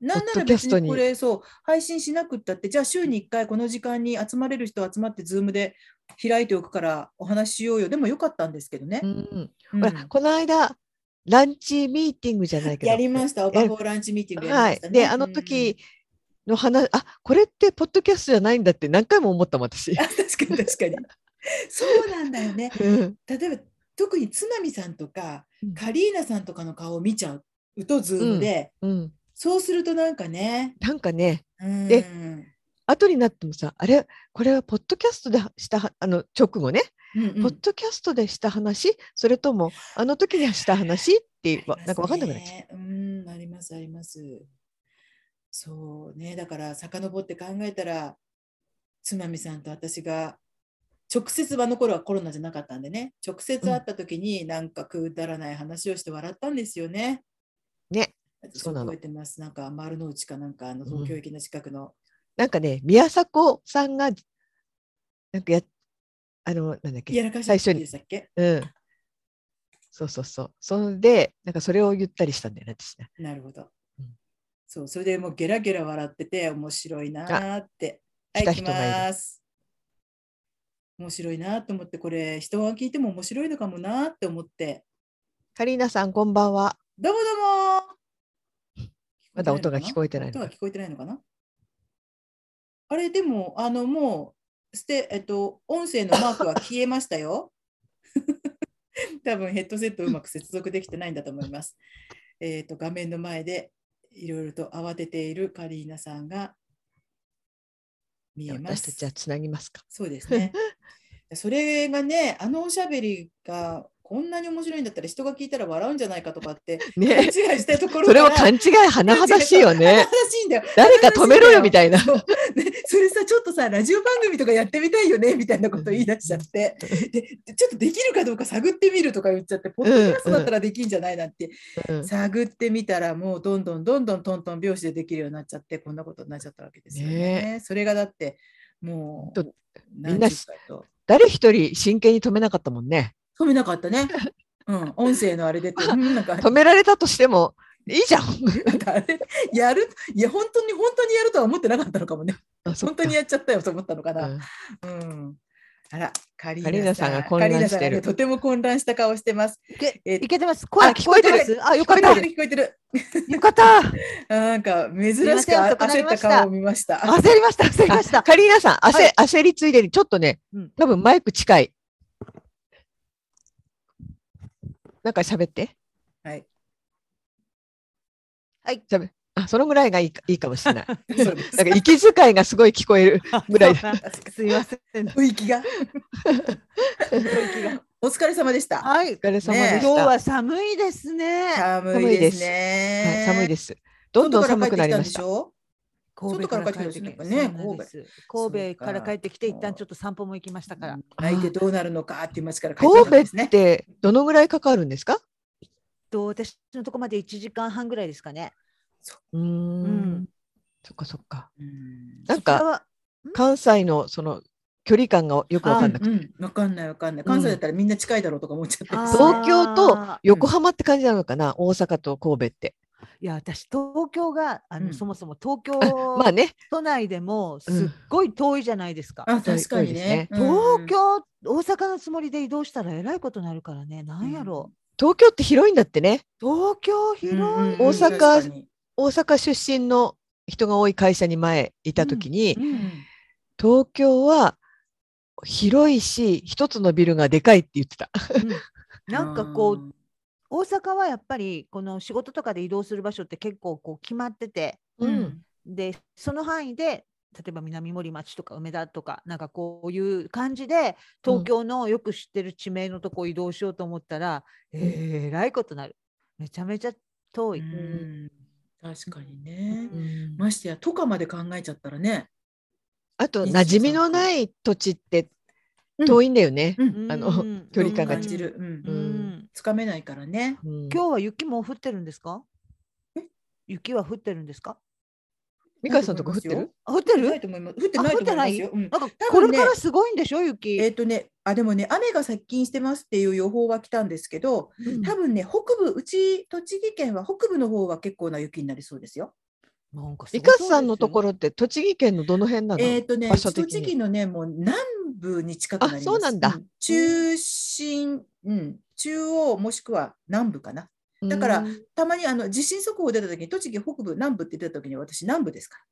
なんなポッドキャら別にストに、 これ、そう、配信しなくったって、じゃあ週に1回この時間に集まれる人集まって、ズームで開いておくからお話ししようよ。でもよかったんですけどね。 うん、ほら、 うん。 この間、ランチミーティングじゃないけど、 やりました。オーバーフォーランチミーティングやりまはい。で、 したね。 あうん。 の時の話、あ、これってポッドキャストじゃないんだって何回も思ったもん、私。 あ、確かに確かに。そうなんだよね。 うん、 例えば、特に津波さんとか、 うん、 カリーナさんとかの顔を見ちゃうと、ズームうん、 で、 うん。 そうするとなんかね、 なんかね、 うで、 ん、 後になってもさ、あれ、これはポッドキャストでしたは、直後ね、 うんうん。 ポッドキャストでした話、それとも、あの時にした話ってありますなんか分かんなくなっちゃね。あります、あります。そうね。だから、遡って考えたら、つまみさんと私が、直接、あの頃はコロナじゃなかったんでね、直接う。うん。 会った時に、なんかくだらない話をして笑ったんですよね。 ね。 私そうなの。 覚えてます。なんか、丸の内かなんか、 うん。 東京駅の近くの。 なんかね、宮迫さんが、なんかなんだっけ、 やらかしちゃった時最初に、 でしたっけ？ うん。そうそうそう。それで、なんかそれを言ったりしたんだよね、私ね。 なるほど。 うん、 そう、それでもうゲラゲラ笑ってて、面白いあ、 なーって。はい、 来た行き人がいる。 ます。面白いなと思って、これ、人が聞いても面白いのかもなって思って。 カリーナさん、こんばんは。 どうもどうも。聞こえてまだないのかな？ 音が聞こえてないのかな。 音が聞こえてないのかな？あれ、でも、もう、音声のマークは消えましたよ。多分ヘッドセットうまく接続できてないんだと思います。画面の前でいろいろと慌てているカリーナさんが見えま私たちはす。 つなぎますか。 そうですね。それがね、あのおしゃべりがこんなに面白いんだったら人が聞いたら笑うんじゃないかとかって勘違いね。 したところから、 それも勘違い、甚だしいそう、 よね。 話しいんだよ。 誰か止めろよ、みたいな。 そう、ね、それさ、ちょっとさ、ラジオ番組とかやってみたいよねみたいなことを言い出しちゃって、ちょっとできるかどうか探ってみるとか言っちゃって、ポッドキャストだったらできんじゃないなんて探ってみたら、もうどんどんどんどんトントン拍子でできるようになっちゃって、こんなことになっちゃったわけですよねね。それがだって、もえ。 うみんな何十回と。 誰一人真剣に止めなかったもんね。 止めなかったね。音声のあれでって、なんか、 止められたとしてもいいじゃん。 なんかあれ、やる、いや、本当にやるとは思ってなかったのかもね。 あ、そっ本当にか。 やっちゃったよと思ったのかな。 うん、 うん。 あら、カリカリーナさんがーナさん。 混乱してる。 ね、とても混乱した顔してます。 いけてます。声聞こえてる。 よかった。 聞こえてる。 よかった。 なんか珍しく焦った顔を見ました。 焦りました。 カリーナさん、焦りついでにちょっとね、多分マイク近い。なんか喋って。 はい。 はい。 そのぐらいがいいかもしれない。なんか息遣いがすごい聞こえるぐらい。 すいません。 雰囲気が。お疲れ様でした。 はい。 お疲れ様でした。 今日は寒いですね。 寒いですね。 寒いです。どんどん寒くなりました。 神戸から帰ってきてね。神戸から帰ってきて一旦ちょっと散歩も行きましたから。 泣いてどうなるのかって言いますから。神戸ってどのぐらいかかるんですか？ 私のとこまで1時間半ぐらいですかね。 そっか。なんか関西のその距離感がよく分かんなくて。 分かんない。関西だったらみんな近いだろうとか思っちゃって。 東京と横浜って感じなのかな、大阪と神戸って。 いや、私東京がそもそも東京まあね、都内でもすっごい遠いじゃないですか。 確かにね。 東京、大阪のつもりで移動したらえらいことになるからね。なんやろう。 東京って広いんだってね。 東京広い。 大阪出身の人が多い会社に前いた時に、東京は広いし一つのビルがでかいって言ってた。 なんかこう大阪はやっぱりこの仕事とかで移動する場所って結構こう決まってて、でその範囲で例えば南森町とか梅田とかなんかこういう感じで東京のよく知ってる地名のとこ移動しようと思ったら、えらいことなる。めちゃめちゃ遠い。 確かにね。ましてや都下まで考えちゃったらね。 あと馴染みのない土地って遠いんだよね。距離感が感じる。つかめないからね。 今日は雪も降ってるんですか？雪は降ってるんですか？ 美香さんとこ降ってる？ 降ってる？ 降ってないと思いますよ。 なんかこれからすごいんでしょ、雪。 でもね、雨が接近してますっていう予報は来たんですけど、多分ね、北部、うち栃木県は北部の方は結構な雪になりそうですよ。 美香さんのところって栃木県のどの辺なの？ 栃木のね、もう南部に近くなります。 そうなんだ。 中央もしくは南部かな。だからたまに地震速報出た時に栃木北部南部って出た時に私南部ですから。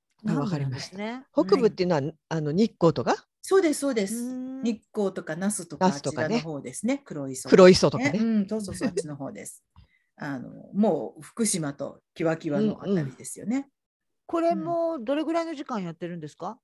わかりました。北部っていうのは日光とか？ そうです。日光とか那須とかあちらの方ですね。黒磯とかね。 そうあっちの方です。もう福島とキワキワのあたりですよね。 これもどれぐらいの時間やってるんですか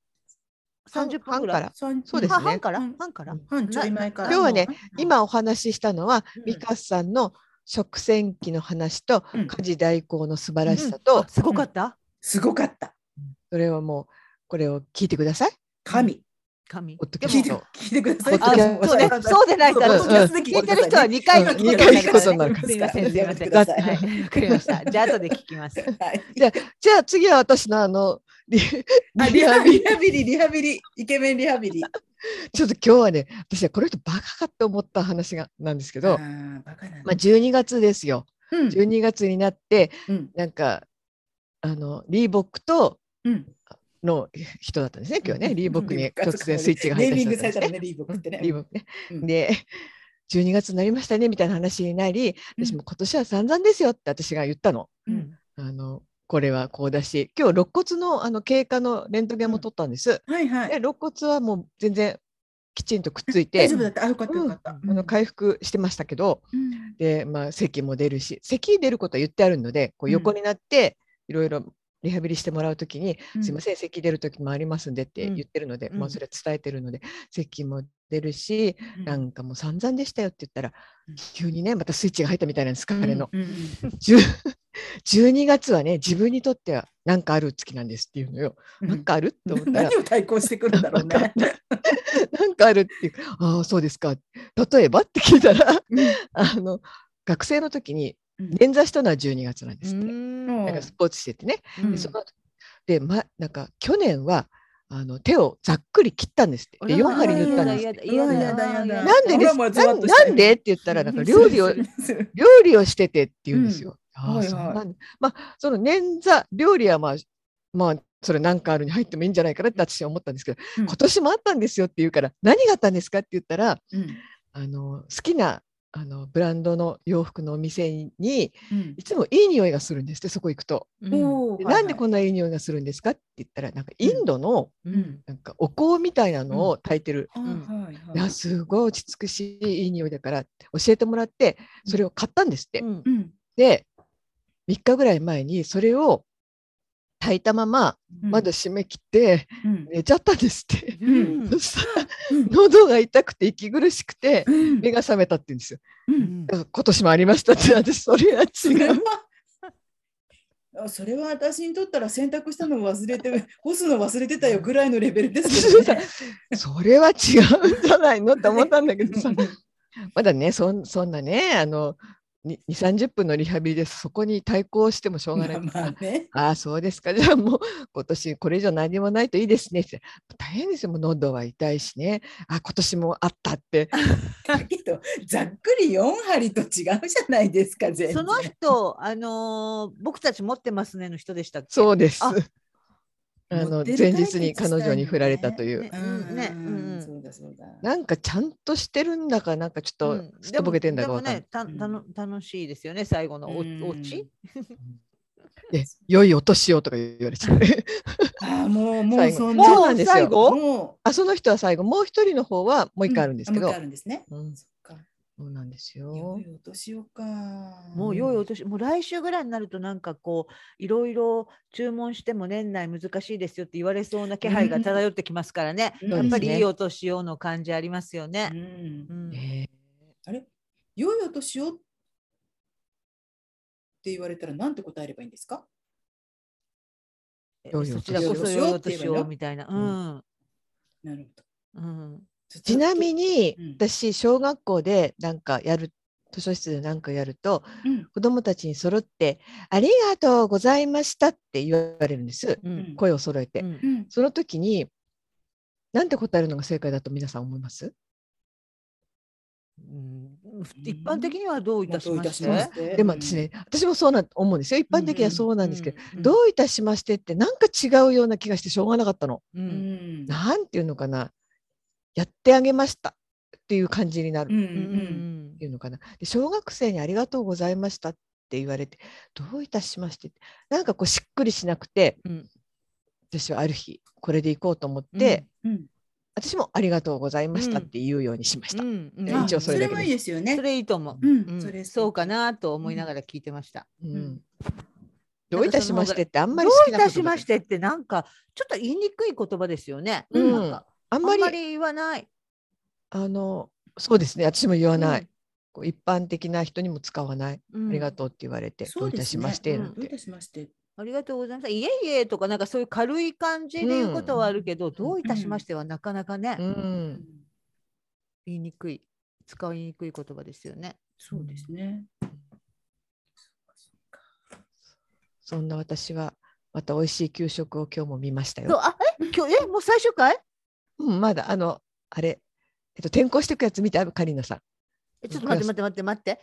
？30分ぐらい。 そうですね。 半ちょい前から。 今日はね、今お話ししたのは美香さんの食洗機の話と家事代行の素晴らしさと。 すごかった。 すごかった。 それはもうこれを聞いてください。 神。 聞いてください。 そうでないと聞いてる人は2回の聞くことになるから。すみません。わかりました。じゃあ後で聞きます。 じゃあ次は私のリハビリイケメンリハビリ。 ちょっと今日はね、私はこの人バカかって思った話なんですけど、12月ですよ。12月になってなんかリーボックとの人だったんですね、今日ね。リーボックに突然スイッチが入った人だったんですね。リーボックってね。で、12月になりましたねみたいな話になり、私も今年は散々ですよって私が言ったの。これはこうだし、今日肋骨の経過のレントゲンも取ったんです。で肋骨はもう全然きちんとくっついて、 大丈夫だった。よかったよかった。 回復してましたけど、で咳も出るし、咳出ることは言ってあるので、こう横になっていろいろリハビリしてもらうときに、すいません、咳出るときもありますんでって言ってるので、もうそれ伝えてるので、咳も出るし、なんかもう散々でしたよって言ったら、急にね、またスイッチが入ったみたいなんです、彼の。12月はね、自分にとっては何かある月なんですっていうのよ。なんかあるって思ったら。 何を対抗してくるんだろうね。 なんかあるっていう。ああ、そうですか。例えばって聞いたら、学生の時に、捻挫したのは12月なんですって。なんかスポーツしててね。なんか去年は手をざっくり切ったんですって。4針縫ったんですって。なんでって言ったら、なんか料理をしててって言うんですよ。その捻挫、料理はまあそれなんかあるに入ってもいいんじゃないかなって私は思ったんですけど、 うん今年もあったんですよって言うから、何があったんですかって言ったら、 うん好きなブランドの洋服のお店にうんいつもいい匂いがするんですって、そこ行くと。でおーなんでこんないい匂いがするんですかって言ったら、なんかインドのなんかお香みたいなのを焚いてる、 あはいいはいやすごい落ち着くしいい匂いだからって教えてもらって、それを買ったんですって。 うんで3日ぐらい前にそれを炊いたまま窓閉め切ってうん寝ちゃったんですって。 うんそしたらうん喉が痛くて息苦しくてうん目が覚めたって言うんですよ。 うん今年もありましたって。私それは違う。 それは私にとったら洗濯したの忘れて干すの忘れてたよぐらいのレベルですけどね。 それは違うんじゃないのって思ったんだけどさ、まだねそんなね2、30分のリハビリです。そこに対抗してもしょうがないから、 まあね。 ああそうですか、じゃあもう今年これ以上何もないといいですねって。大変ですよ、もう喉は痛いしね、あ今年もあったって。 だけどざっくり4針と違うじゃないですか全然。 その人、僕たち持ってますねの人でしたっけ？ そうです。 あ前日に彼女に振られたという。 そうだそうだ。 なんかちゃんとしてるんだか、なんかちょっとすっとぼけてんだかわかんない。 でもね、楽しいですよね、最後のお家。 で、良いお年をとか言われちゃう。 あもうそうなんですよ。 もうその人は最後、もう一人の方はもう一回あるんですけど。 もう一回あるんですね。 そうなんですよ。 良いお年をか。 もう良いお年、もう来週ぐらいになるとなんかこういろいろ注文しても年内難しいですよって言われそうな気配が漂ってきますからね。やっぱりいいお年をの感じありますよね。 あれ、良いお年をって言われたらなんて答えればいいんですか？ そちらこそ良いお年をみたいな。 なるほど。 ちなみに、私小学校でなんかやる、図書室でなんかやると、子どもたちに揃ってありがとうございましたって言われるんです、声を揃えて。その時になんて答えるのが正解だと皆さん思います？ 一般的にはどういたしまして。 でも私もそう思うんですよ。一般的にはそうなんですけど、どういたしましてってなんか違うような気がしてしょうがなかったの。なんていうのかな、やってあげましたっていう感じになるっていうのかな。で小学生にありがとうございましたって言われて、どういたしましてってなんかこうしっくりしなくて、私はある日これでいこうと思って、私もありがとうございましたって言うようにしました。一応それだけです。 それもいいですよね。 それいいと思う。そうかなと思いながら聞いてました。 どういたしましてってあんまり好きな言葉。 どういたしましてってなんかちょっと言いにくい言葉ですよね。あんまり言わない。 そうですね、私も言わない。一般的な人にも使わない。ありがとうって言われて、どういたしましてなんて。 ありがとうございます。いえいえとかなんかそういう軽い感じで言うことはあるけど、どういたしましてはなかなかね、言いにくい、使いにくい言葉ですよね。 そうですね。 そんな私はまた美味しい給食を今日も見ましたよ。 今日もう最終回？ まだあれ転校していくやつ見てあるカリナさん。 ちょっと待って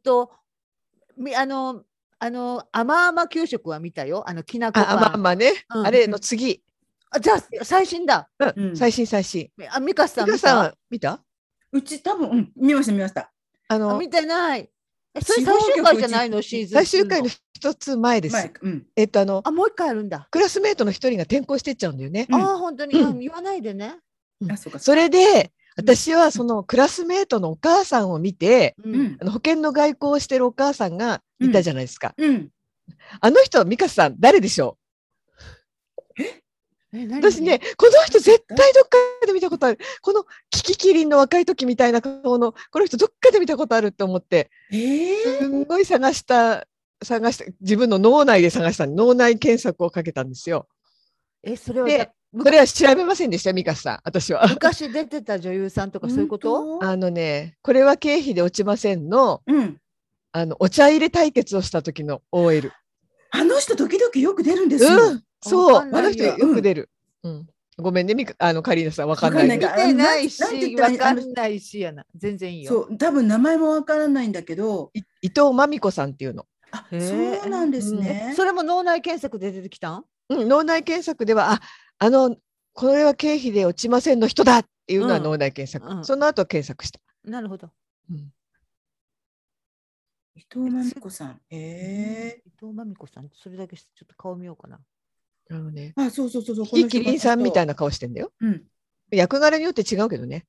甘々給食は見たよ。きなこパン。 甘々ね。あれの次。 じゃあ最新だ。 最新。 ミカさん見た？ うち多分見ました。 見てない。それ最終回じゃないの？シーズン最終回の一つ前です。 もう一回あるんだ。 クラスメートの一人が転校してっちゃうんだよね。 本当に言わないでね。 それで私はそのクラスメートのお母さんを見て、保険の外交をしてるお母さんがいたじゃないですか。あの人はミカさん誰でしょう？私ね、この人絶対どっかで見たことある。このキキキリンの若い時みたいな顔のこの人どっかで見たことあるって思って、すんごい探した自分の脳内で探した脳内検索をかけたんですよ。それは調べませんでした、ミカさん。私は昔出てた女優さんとかそういうこと？ これは経費で落ちませんの、お茶入れ対決をした時の OL。 あの人時々よく出るんですよ。 そう、あの人よく出る。ごめんね、カリーナさん、わかんない。 見てないし、わかんないしやな。全然いいよ。 そう、多分名前もわからないんだけど。 伊藤真美子さんっていうの。 そうなんですね。 それも脳内検索で出てきたん？ 脳内検索ではこれは経費で落ちませんの人だっていうのは脳内検索、その後検索した。 なるほど。 伊藤真美子さん。伊藤真美子さん、それだけちょっと顔見ようかな。 そう。 キキリンさんみたいな顔してんだよ。役柄によって違うけどね。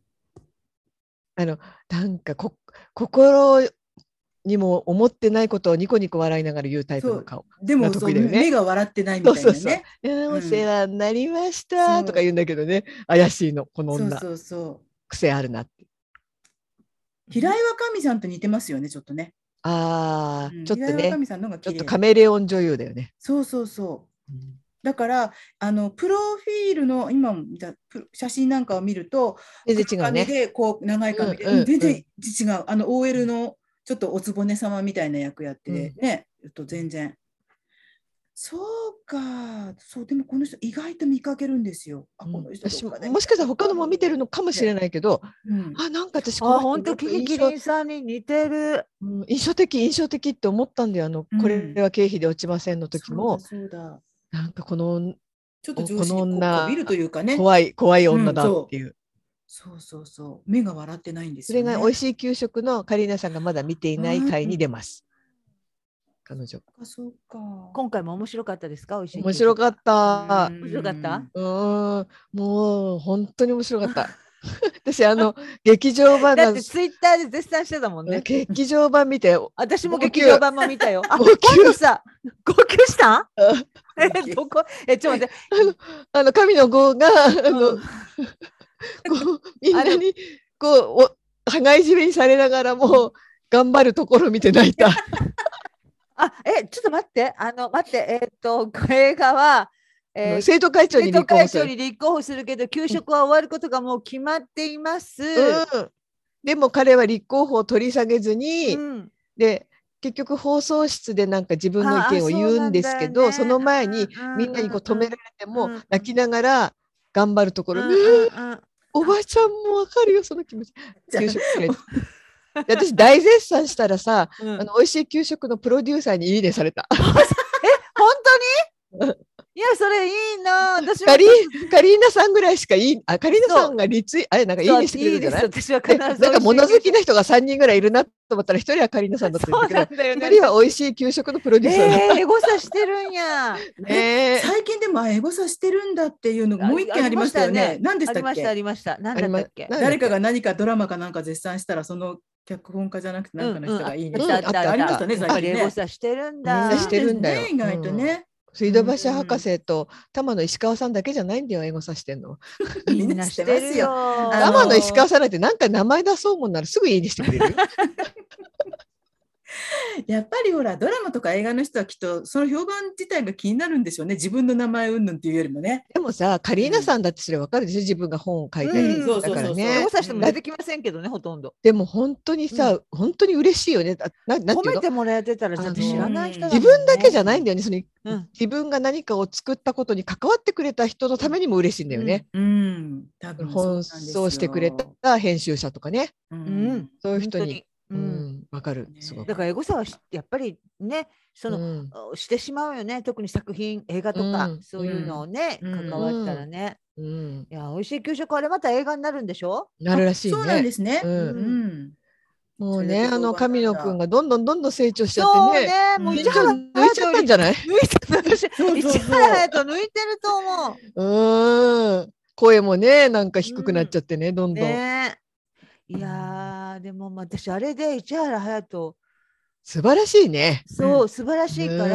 なんか心にも思ってないことをニコニコ笑いながら言うタイプの顔。 でも目が笑ってないみたいなね。 お世話になりましたとか言うんだけどね、怪しいのこの女。癖あるなって。 平岩かみさんと似てますよね、ちょっとね。 ちょっとね、ちょっとカメレオン女優だよね。 そう。だからプロフィールの今写真なんかを見ると全然違うね。 でこう長い髪で全然違う。OL のちょっとおつぼね様みたいな役やってね、全然。そうか。でもこの人意外と見かけるんですよ。この人私もしかしたら他のも見てるのかもしれないけど、なんか私本当キキリンさんに似てる。 印象的って思ったんだよ。これは経費で落ちませんの時も。なんかこの女見るというかね、 怖い女だっていう。 そう目が笑ってないんですよね。 それが美味しい給食のカリーナさんがまだ見ていない回に出ます。彼女。 今回も面白かったですか？ 面白かった。 面白かった？ もう本当に面白かった。私劇場版だってツイッターで絶賛してたもんね。 劇場版見て、 私も劇場版も見たよ。今度さ、号泣したん？どこ？ちょっと待って。 神の号がみんなに羽交い締めにされながらも頑張るところ見て泣いた。 ちょっと待って、映画は、 生徒会長に立候補するけど、給食は終わることがもう決まっています。 でも彼は立候補を取り下げずに、で結局放送室でなんか自分の意見を言うんですけど、その前にみんなに止められても泣きながら頑張るところ、おばちゃんもわかるよその気持ち。給食私大絶賛したらさ、美味しい給食のプロデューサーにいいねされた。 本当に？いや、それいいな。私カリーナさんぐらいしかカリーナさんがなんかいいねしてくれるじゃない？ 私は必ずなんか物好きな人が3人ぐらいいるなと思ったら1人はカリーナさんだったんだけど、2人は美味しい給食のプロデューサーだった。 エゴサしてるんや。 最近でもエゴサしてるんだっていうのがもう一件ありましたよね。何でしたっけ？ ありました。何だったっけ？ 誰かが何かドラマかなんか絶賛したらその脚本家じゃなくて何かの人がいいねしたってありましたね。最近ね。 エゴサしてるんだ。 してるんだよ。 意外とね。 水道橋博士と玉野石川さんだけじゃないんだよ、エゴサしてんの。 みんなしてますよ。 玉野石川さんなんてなんか名前出そうもんならすぐいいにしてくれるよ。 やっぱりほらドラマとか映画の人はきっとその評判自体が気になるんでしょうね。自分の名前云々っていうよりもね。 でもさ、カリーナさんだってそれ分かるでしょ、自分が本を書いたりだからね。 エゴサしても出てきませんけどね、ほとんど。 でも本当にさ、本当に嬉しいよね。 褒めてもらえてたら知らない人だもんね。 自分だけじゃないんだよね。自分が何かを作ったことに関わってくれた人のためにも嬉しいんだよね。 多分奔走してくれた編集者とかね。そういう人に。わかる。 だからエゴサはやっぱりね、してしまうよね。特に作品、映画とかそういうのをね、関わったらね。いや、美味しい給食あれまた映画になるんでしょ？ なるらしいね。 そうなんですね。 もうね、神野くんがどんどん成長しちゃってね。 そうね、もう市原抜いちゃったんじゃない？ 市原隼人抜いてると思う。声もね、なんか低くなっちゃってね、どんどん。 いやでも私あれで市原隼人素晴らしいね。 そう、素晴らしいから、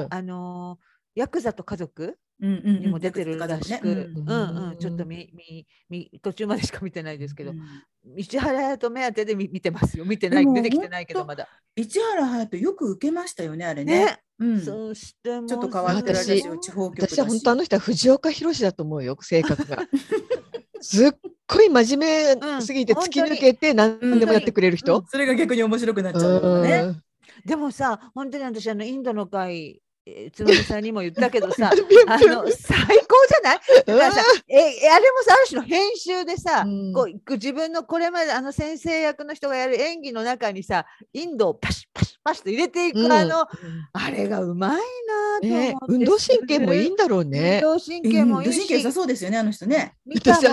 ヤクザと家族にも出てるらしく、ちょっと途中までしか見てないですけど、市原隼人目当てで見てますよ。見てない、出てきてないけどまだ。 市原隼人よく受けましたよね、あれね。 そしてちょっと変わってる地方局だし。 私は本当あの人は藤岡弘だと思うよ、性格が。すっごい真面目すぎて突き抜けて何でもやってくれる人。 それが逆に面白くなっちゃうよね。 でもさ、本当に私インドの会つのみさんにも言ったけどさ最高じゃない？だからさ、あれもさ、ある種の編集でさ、こう自分のこれまで先生役の人がやる演技の中にさ、インドをパシッパシッパシッと入れていく、あれがうまいなと思って、 運動神経もいいんだろうね。 運動神経もいいし、 運動神経良さそうですよね、あの人ね。 私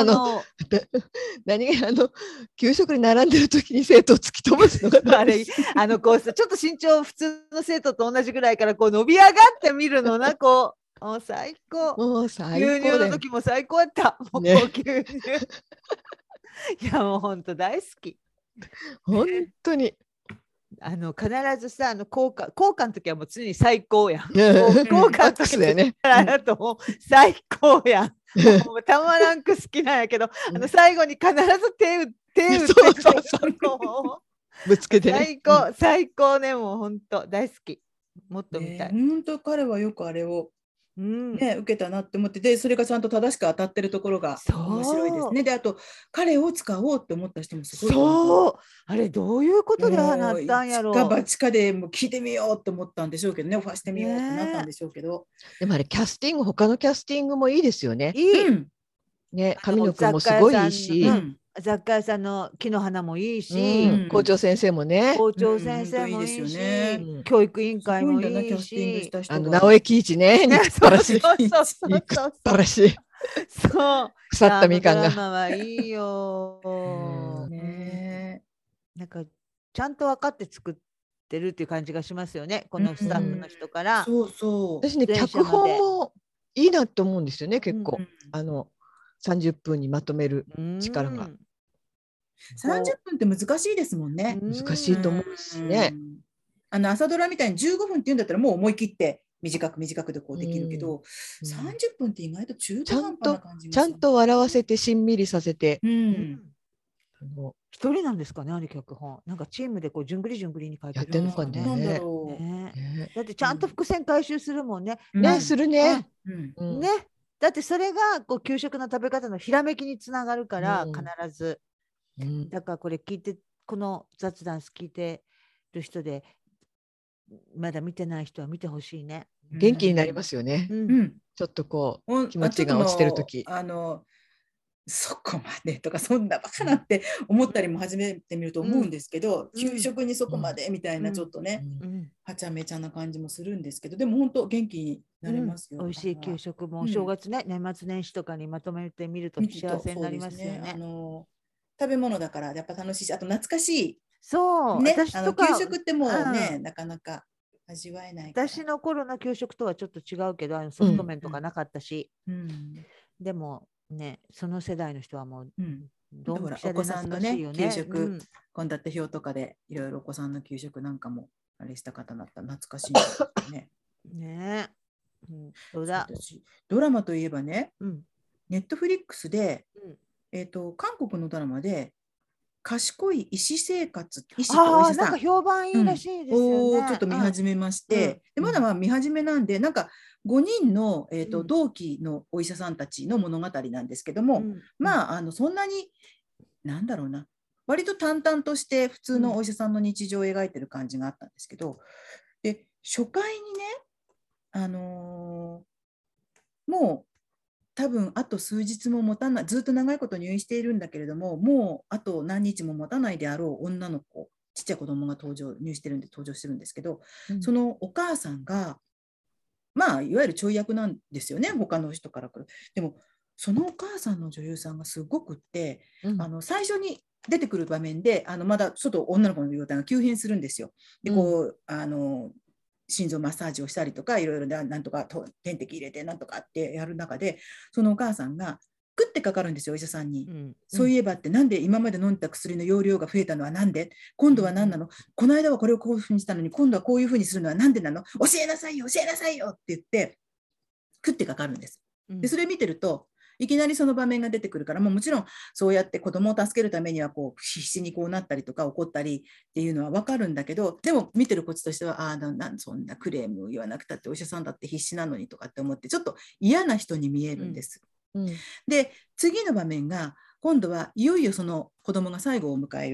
給食に並んでる時に生徒を突き飛ばすのがあれこうちょっと身長普通の生徒と同じぐらいからこう伸び上がって見るのな、こうもう最高。 もう最高。 牛乳の時も最高だった。もう牛乳。いやもう本当大好き。 本当に。 必ずさ効果の時はもう常に最高やん。 効果の時だよね。 だともう最高やん。もうたまらんく好きなんやけど、最後に必ず手打ってぶつけてね。 最高ね、もう本当大好き。もっと見たい。 本当彼はよくあれを受けたなって思って、でそれがちゃんと正しく当たってるところが面白いですね。であと彼を使おうって思った人もすごい。 そうあれどういうことでなったんやろう。 一か八かでもう聞いてみようと思ったんでしょうけどね、オファーしてみようってなったんでしょうけど、 でもあれキャスティング、他のキャスティングもいいですよね。 いい、 ね、上野くんもすごいいいし、 雑貨屋さんの木の花もいいし、 校長先生もね、 校長先生もいいし、教育委員会もいいし、 直江喜一ね、素晴らしい。素晴らしい。 そう腐ったみかんが。 ドラマはいいよ。なんかちゃんと分かって作ってるっていう感じがしますよね、このスタッフの人から。 そうそう。 私ね、脚本もいいなって思うんですよね、結構。30分にまとめる力が。 30分って難しいですもんね。 難しいと思うしね。 朝ドラみたいに15分って言うんだったらもう思い切って短くでこうできるけど、30分って意外と中途半端な感じ。 ちゃんと笑わせてしんみりさせて。 一人なんですかね、あれ脚本。なんかチームでこうじゅんぐりに書いてる。 やってるのかね。 だってちゃんと伏線回収するもんね。 するね。 ね。だってそれがこう給食の食べ方のひらめきにつながるから必ず。だからこれ聞いて、この雑談聞いてる人でまだ見てない人は見てほしいね。 元気になりますよね。ちょっとこう気持ちが落ちてる時。 そこまでとかそんなバカなって思ったりも始めてみると思うんですけど、給食にそこまでみたいなちょっとね、はちゃめちゃな感じもするんですけど、でも本当元気になれますよ。 美味しい給食も正月ね、年末年始とかにまとめてみると幸せになりますよね。 食べ物だからやっぱ楽しいし、あと懐かしい。 そう、 ね、給食ってもうね、なかなか味わえない。 私の頃の給食とはちょっと違うけど、ソフト麺とかなかったし、でもね、その世代の人はもう、 だからお子さんのね、給食、献立表とかでいろいろお子さんの給食なんかもあれした方だったら懐かしいんですよね。 ねえ、そうだ。 ドラマといえばね、ネットフリックスで、韓国のドラマで賢い医師生活、医師とお医者さん、 なんか評判いいらしいですよね。 ちょっと見始めまして、でまだ見始めなんで、なんか5人の、同期のお医者さんたちの物語なんですけども、まあそんなになんだろうな、割と淡々として普通のお医者さんの日常を描いてる感じがあったんですけど、で初回にね、もう多分あと数日も持たない、ずっと長いこと入院しているんだけれども、もうあと何日も持たないであろう女の子、ちっちゃい子供が入院してるんで登場してるんですけど、そのお母さんがまあいわゆるちょい役なんですよね、他の人から来る。でもそのお母さんの女優さんがすごくって、最初に出てくる場面でまだちょっと女の子の容体が急変するんですよ。でこう心臓マッサージをしたりとかいろいろなんとか点滴入れてなんとかってやる中で、そのお母さんが食ってかかるんですよ、お医者さんに。そういえばって、なんで今まで飲んだ薬の容量が増えたのはなんで、今度は何なの、この間はこれをこういうふうにしたのに今度はこういうふうにするのはなんでなの、教えなさいよ教えなさいよって言って食ってかかるんです。でそれ見てるといきなりその場面が出てくるから、もちろんそうやって子供を助けるためにはこう必死にこうなったりとか怒ったりっていうのは分かるんだけど、でも見てるこっちとしてはそんなクレームを言わなくたってお医者さんだって必死なのにとかって思ってちょっと嫌な人に見えるんです。で次の場面が今度はいよいよその子供が最後を迎える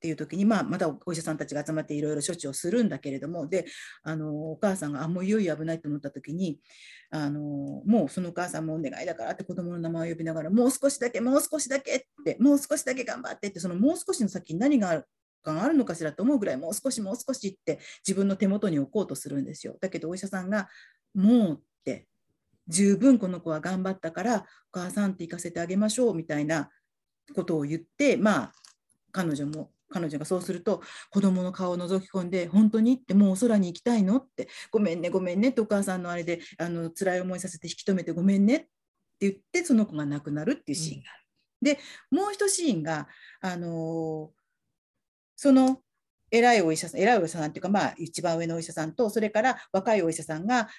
っていう時に、またお医者さんたちが集まっていろいろ処置をするんだけれども、でお母さんがもういよいよ危ないと思った時にもうそのお母さんもお願いだからって子供の名前を呼びながら、もう少しだけもう少しだけって、もう少しだけ頑張ってって、そのもう少しの先に何があるのかしらと思うぐらい、もう少しもう少しって自分の手元に置こうとするんですよ。だけどお医者さんがもうって十分この子は頑張ったからお母さんって行かせてあげましょうみたいなことを言って、彼女がそうすると子供の顔を覗き込んで、本当にってもうお空に行きたいのって、ごめんねごめんねってお母さんのあれで辛い思いさせて引き止めてごめんねって言って、その子が亡くなるっていうシーンがある。でもう一シーンがその偉いお医者さんっていうか、一番上のお医者さんと、それから若いお医者さんが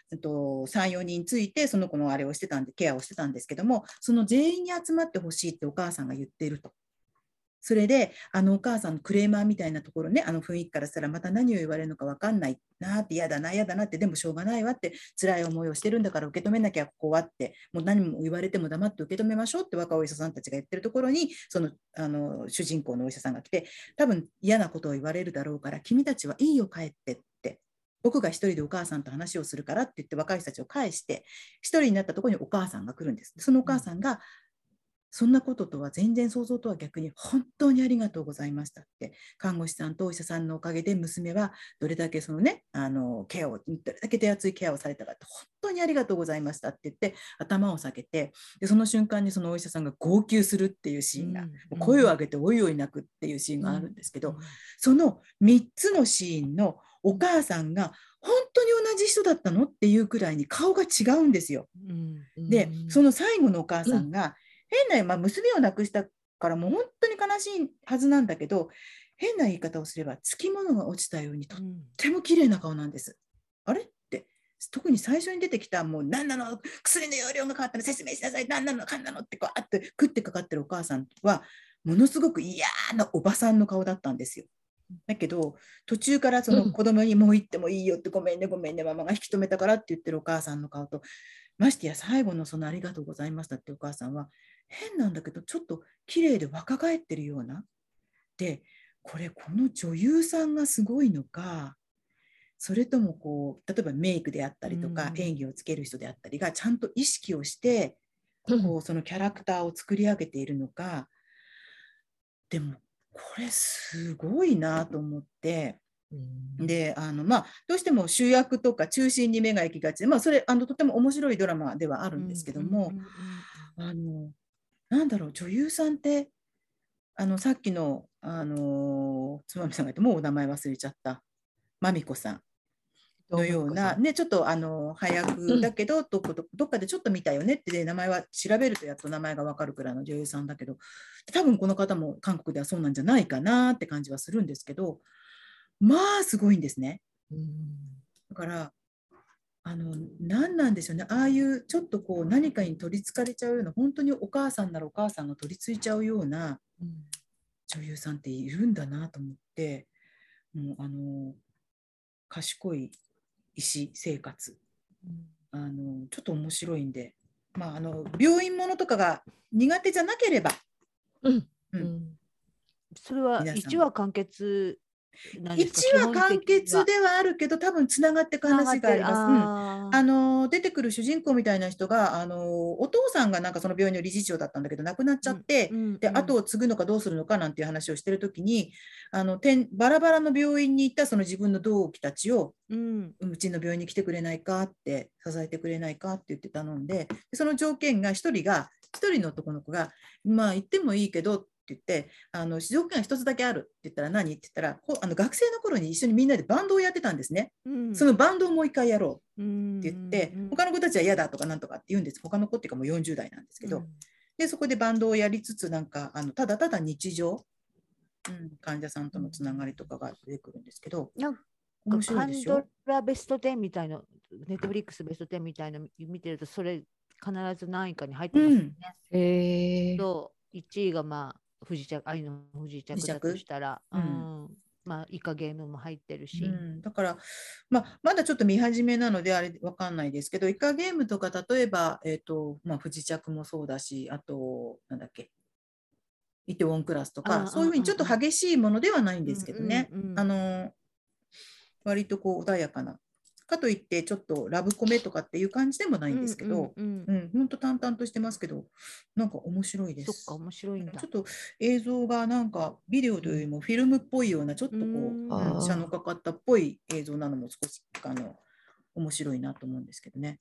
3、4人ついて、その子のあれをしてたんで、ケアをしてたんですけども、その全員に集まってほしいってお母さんが言っていると。それでお母さんのクレーマーみたいなところね、雰囲気からしたらまた何を言われるのか分かんないなって、嫌だなって、でもしょうがないわって、辛い思いをしてるんだから受け止めなきゃここはって、もう何も言われても黙って受け止めましょうって若いお医者さんたちが言ってるところに、その主人公のお医者さんが来て、多分嫌なことを言われるだろうから、君たちはいいよ帰ってって、僕が一人でお母さんと話をするからって言って若い人たちを返して、一人になったところにお母さんが来るんです。そのお母さんが、そんなこととは全然想像とは逆に本当にありがとうございましたって、看護師さんとお医者さんのおかげで娘はどれだけそのねケアをどれだけ手厚いケアをされたかって、本当にありがとうございましたって言って頭を下げて、でその瞬間にそのお医者さんが号泣するっていうシーンが、声を上げておいおい泣くっていうシーンがあるんですけど、その3つのシーンのお母さんが本当に同じ人だったのっていうくらいに顔が違うんですよ。でその最後のお母さんが変な、娘を亡くしたからもう本当に悲しいはずなんだけど、変な言い方をすればつきものが落ちたようにとっても綺麗な顔なんです。あれって、特に最初に出てきた、もう何なの、薬の容量が変わったの説明しなさい、何なのかんなのってこうあって食ってかかってるお母さんはものすごく嫌なおばさんの顔だったんですよ。だけど途中からその子供にもう行ってもいいよって、ごめんねごめんねママが引き止めたからって言ってるお母さんの顔と、ましてや最後のそのありがとうございましたってお母さんは変なんだけどちょっと綺麗で若返ってるような。でこの女優さんがすごいのか、それともこう例えばメイクであったりとか、演技をつける人であったりがちゃんと意識をしてこうそのキャラクターを作り上げているのか、でもこれすごいなと思って。でどうしても主役とか中心に目が行きがちで、それとても面白いドラマではあるんですけども、なんだろう、女優さんってさっきのつまみさんが言ってもうお名前忘れちゃったまみこさんのような、ね、ちょっと早くだけど、どっかでちょっと見たよねって、ね、名前は調べるとやっと名前が分かるくらいの女優さんだけど、多分この方も韓国ではそうなんじゃないかなって感じはするんですけど、すごいんですね。だから何なんでしょうね、ああいうちょっとこう何かに取りつかれちゃうような、本当にお母さんならお母さんが取り付いちゃうような女優さんっているんだなと思って、もう賢い医師生活、ちょっと面白いんで、病院ものとかが苦手じゃなければ、 それは1話完結 1話完結ではあるけど、多分つながっていく話があります。出てくる主人公みたいな人がお父さんがなんかその病院の理事長だったんだけど亡くなっちゃって、で後を継ぐのかどうするのかなんていう話をしてるときにバラバラの病院に行ったその自分の同期たちを、うちの病院に来てくれないかって支えてくれないかって言って頼んで、その条件が1人の男の子が行ってもいいけどって言って、条件が一つだけあるって言ったら何って言ったら、学生の頃に一緒にみんなでバンドをやってたんですね。そのバンドをもう一回やろうって言って、他の子たちは嫌だとかなんとかって言うんです。他の子っていうかもう40代なんですけど、でそこでバンドをやりつつなんかただただ日常、患者さんとのつながりとかが出てくるんですけど、 面白いでしょ。カンドラベスト10みたいな、ネットフリックスベスト10みたいな見てるとそれ必ず何位かに入ってますよね。1位が愛の不時着だとしたら、イカゲームも入ってるし、 だからまだちょっと見始めなのであれ分かんないですけど、イカゲームとか例えば不時着もそうだし、あとなんだっけ、 イテウォンクラスとか、そういうふうにちょっと激しいものではないんですけどね。割とこう穏やかな。かといってちょっとラブコメとかっていう感じでもないんですけど、本当淡々としてますけど、なんか面白いです。 そっか、面白いんだ。 ちょっと映像がなんかビデオというよりもフィルムっぽいような、ちょっとこう、シャのかかったっぽい映像なのも少し面白いなと思うんですけどね。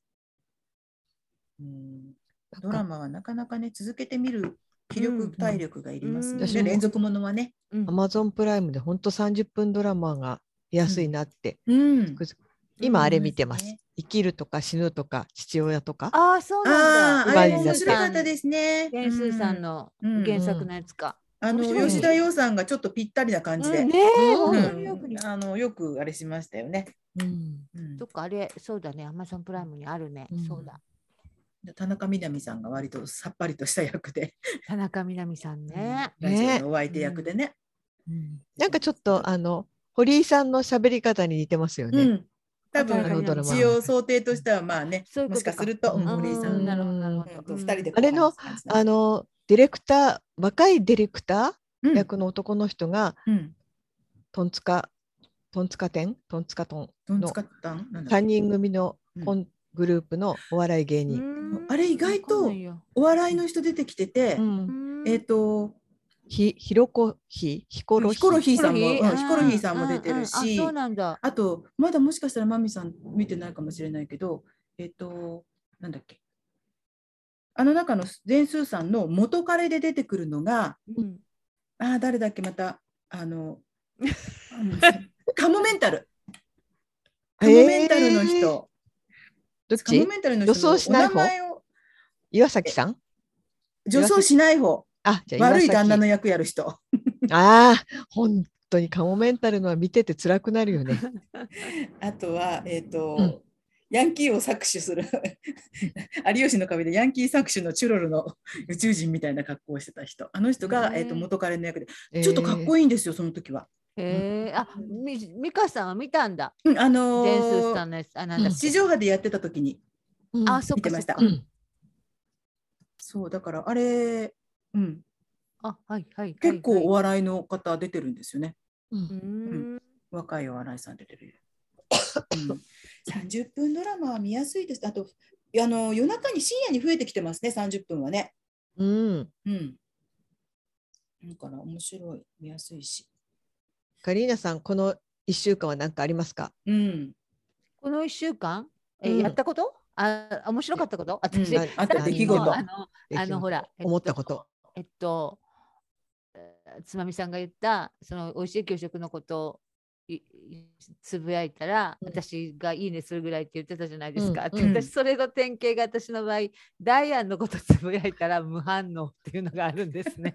ドラマはなかなかね、続けてみる気力、体力がいりますので、連続ものはね。 Amazon プライムで本当30分ドラマが安いなって。今あれ見てます。生きるとか死ぬとか父親とか。 ああ、そうなんだ。 あれ面白かったですね。 ジェーンスーさんの原作のやつか。 吉田羊さんがちょっとぴったりな感じで。よくあれしましたよね。 そっか、あれ、そうだね。Amazon プライムにあるね。そうだ。 田中みな実さんが割とさっぱりとした役で。 田中みな実さんね。 ラジオのお相手役でね。 なんかちょっと堀井さんの喋り方に似てますよね。 多分一応想定としてはまあね、もしかすると堀井さんと2人であれのディレクター、若いディレクター役の男の人がトンツカトンの3人組のグループのお笑い芸人。 あれ意外とお笑いの人出てきてて、 ヒコロヒーさんも出てるし、あとまだもしかしたらマミさん見てないかもしれないけど、なんだっけ、あの中のジェーンスーさんの元彼で出てくるのが、誰だっけ、またカモメンタルの人。 どっち？女装しない方？岩崎さん？ 女装しない方。悪い旦那の役やる人。 本当にカモメンタルのは見てて辛くなるよね。 あとはヤンキーを搾取する有吉の壁でヤンキー搾取のチュロルの宇宙人みたいな格好をしてた人。あの人が元彼の役でちょっとかっこいいんですよ、その時は。 美香さんは見たんだ。 ジェーンスーさんのやつ、地上波でやってた時に見てました。そうだからあれ、結構お笑いの方出てるんですよね。若いお笑いさん出てる。30分ドラマは見やすいです。あと夜中に深夜に増えてきてますね、30分はね。だから面白い、見やすいし。 カリーナさん、この1週間は何かありますか？ この1週間、やったこと？面白かったこと？私、 あった出来事。 ほら、 思ったこと。 つまみさんが言ったそのおいしい給食のことをつぶやいたら、私がいいねするぐらいって言ってたじゃないですか。私それの典型が、私の場合ダイアンのことつぶやいたら無反応っていうのがあるんですね。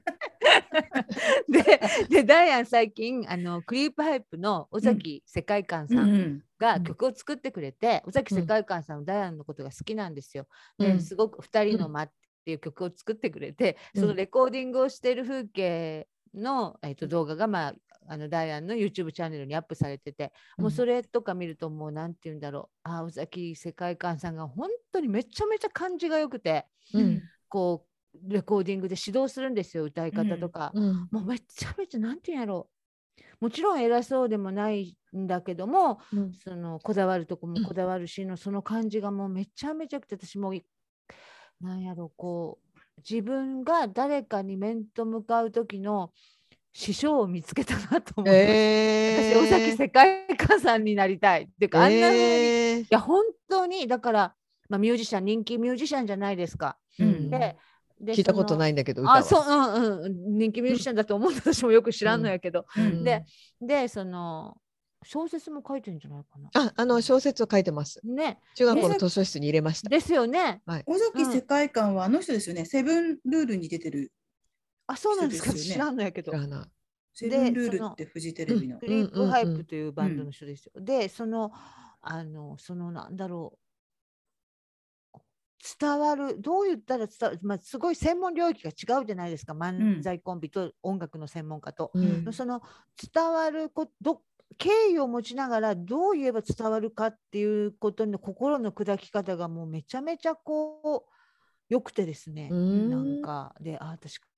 でダイアン最近クリープハイプの尾崎世界観さんが曲を作ってくれて、尾崎世界観さんはダイアンのことが好きなんですよ。ですごく2人の間っていう曲を作ってくれて、そのレコーディングをしている風景の、動画が、ダイアンの YouTube チャンネルにアップされてて、もうそれとか見るともうなんて言うんだろう、尾崎世界観さんが本当にめちゃめちゃ感じがよくて、こうレコーディングで指導するんですよ、歌い方とか。もうめちゃめちゃなんて言うんやろう、もちろん偉そうでもないんだけども、そのこだわるとこもこだわるしの、その感じがもうめちゃめちゃくて、私もなんやろ、こう自分が誰かに面と向かう時の師匠を見つけたなと思って、私尾崎世界観さんになりたいっていうか、あんな風に、いや本当にだから、ミュージシャン、人気ミュージシャンじゃないですか。で聞いたことないんだけど、歌は人気ミュージシャンだと思って私もよく知らんのやけど、でその小説も書いてるんじゃないかな。小説を書いてますね。中学校の図書室に入れました。 ですよね。 尾崎世界観はあの人ですよね。セブンルールに出てる。 そうなんですか。知らんのやけど。 セブンルールってフジテレビの。 クリープハイプというバンドの人ですよ。で、そのなんだろう。伝わる、どう言ったら伝わる、すごい専門領域が違うじゃないですか、漫才コンビと音楽の専門家と。その伝わる敬意を持ちながらどう言えば伝わるかっていうことの心の砕き方がもうめちゃめちゃこうよくてですね、なんかで私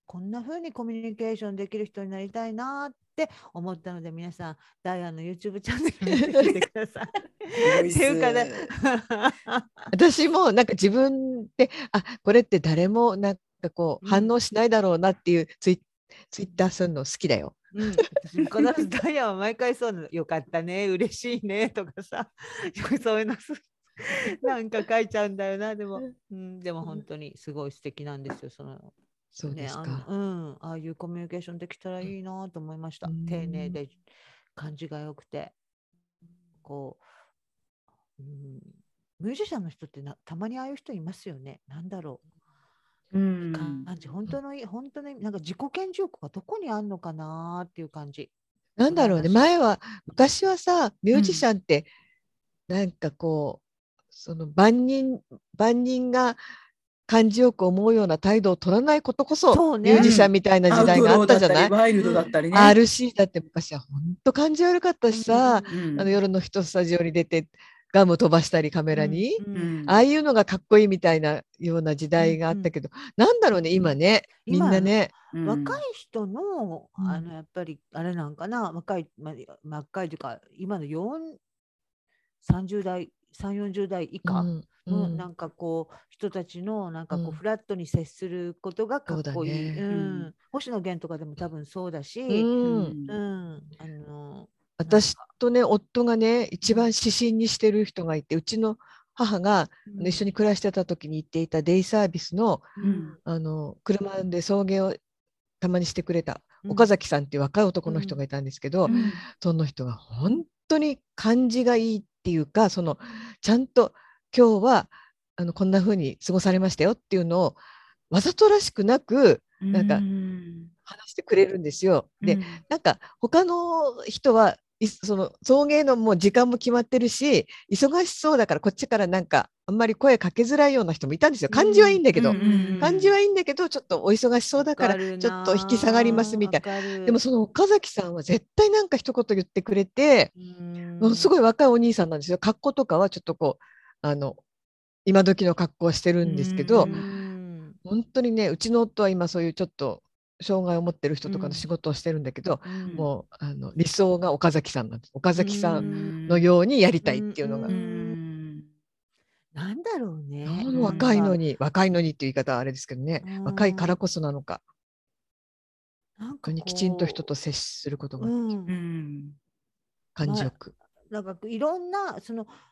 こんな風にコミュニケーションできる人になりたいなって思ったので、皆さんダイアンの YouTube チャンネル見てみてください。っていうかね私もなんか自分でこれって誰もなんかこう反応しないだろうなっていうツイッターするの好きだよ。 私必ずダイアンは毎回そうなの、よかったね、嬉しいねとかさ、そういうのなんか書いちゃうんだよな。でも、でも本当にすごい素敵なんですよ。 そうですか。 ああいうコミュニケーションできたらいいなと思いました。丁寧で感じが良くて、こう、ミュージシャンの人ってたまにああいう人いますよね。なんだろう。感じ、本当になんか自己顕示欲がどこにあるのかなっていう感じ。 なんだろうね。昔はさ、ミュージシャンってなんかこう、その万人が感じよく思うような態度を取らないことこそ、ミュージシャンみたいな時代があったじゃない。 ワイルドだったりね。 RC だって昔は本当感じ悪かったしさ、夜の1スタジオに出てガム飛ばしたりカメラに、ああいうのがかっこいいみたいなような時代があったけど、なんだろうね、今ね、みんなね。 若い人の、やっぱりあれなんかな、若いというか、今の30代、40代以下のなんかこう人たちのなんかこうフラットに接することがかっこいい。星野源とかでも多分そうだし、 私とね、夫がね、一番指針にしてる人がいて、うちの母が一緒に暮らしてた時に行っていたデイサービスの、車で送迎をたまにしてくれた岡崎さんっていう若い男の人がいたんですけど、その人が本当に感じがいいっていうか、ちゃんと今日はこんな風に過ごされましたよっていうのをわざとらしくなくなんか話してくれるんですよ。で、なんか他の人はその送迎のもう時間も決まってるし忙しそうだからこっちからなんかあんまり声かけづらいような人もいたんですよ。感じはいいんだけど、ちょっとお忙しそうだからちょっと引き下がりますみたいな。でもその岡崎さんは絶対なんか一言言ってくれて、すごい若いお兄さんなんですよ。格好とかはちょっとこう今時の格好をしてるんですけど、本当にね、うちの夫は今そういうちょっと障害を持ってる人とかの仕事をしてるんだけど、もう理想が岡崎さんなんです。岡崎さんのようにやりたいっていうのが。 なんだろうね。 若いのにっていう言い方はあれですけどね、若いからこそなのか。本当にきちんと人と接することが感じよく。 なんかいろんな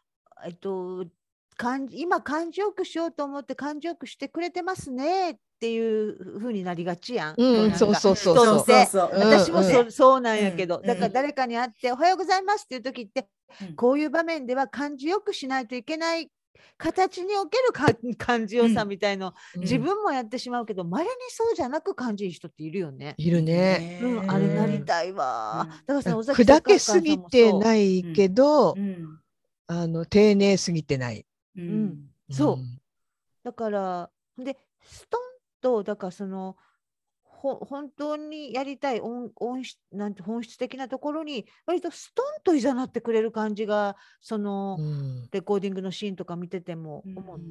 今感じよくしようと思って感じよくしてくれてますねっていう風になりがちやん。 そう。 私もそうなんやけど、だから誰かに会っておはようございますっていう時って、こういう場面では感じよくしないといけない形における感じよさみたいの、自分もやってしまうけど、稀にそうじゃなく感じる人っているよね。 いるね。 あれなりたいわ。 だから砕けすぎてないけど、丁寧すぎてない。 そう。だからでストンとだから本当にやりたいなんて本質的なところに割とストンといざなってくれる感じがレコーディングのシーンとか見てても思って、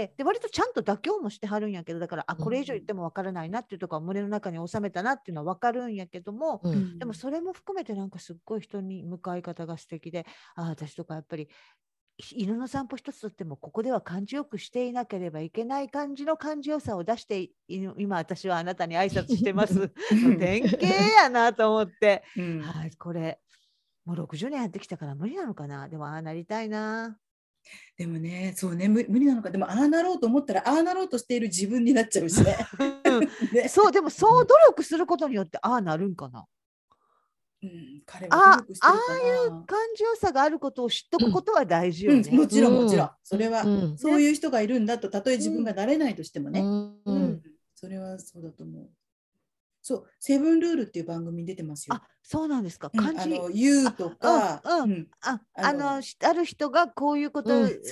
で割とちゃんと妥協もしてはるんやけど、だからこれ以上言っても分からないなっていうところは胸の中に収めたなっていうのは分かるんやけども、でもそれも含めてなんかすっごい人に向かい方が素敵で、私とかやっぱり犬の散歩一つとってもここでは感じよくしていなければいけない感じの感じよさを出して今私はあなたに挨拶してます典型やなと思って、これもう60年やってきたから無理なのかな。でもああなりたいな。 でもね、そうね、無理なのか。でもああなろうと思ったらああなろうとしている自分になっちゃうしね。 そう、でもそう努力することによってああなるんかな。ああいう感じよさがあることを知っとくことは大事よね。 もちろんそれは、そういう人がいるんだと、たとえ自分がなれないとしてもね、それはそうだと思う。そう、セブンルールっていう番組に出てますよ。 そうなんですか。 言うとか、 ある人がこういうこと、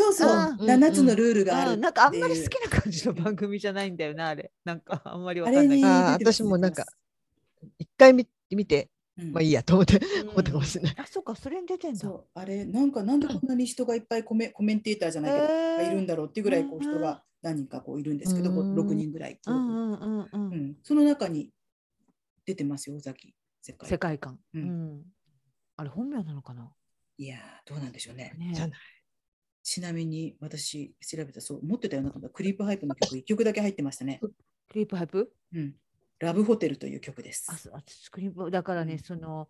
7つのルールがある。 なんかあんまり好きな感じの番組じゃないんだよな、あれ。なんかあんまりわかんない。 私もなんか一回見て。まあいいやと思ってかもしれない。 そうか、それに出てんだ。 あれなんでこんなに人がいっぱいコメンテーターじゃないけどいるんだろうっていうぐらい人が何人かこういるんですけど、6人ぐらい、その中に出てますよ、尾崎世界観。あれ本名なのかな。 いやどうなんでしょうね。ちなみに私調べた、そう思ってたようなこと、クリープハイプの曲1曲だけ入ってましたね。 クリープハイプ、 ラブホテルという曲です。 だからね、その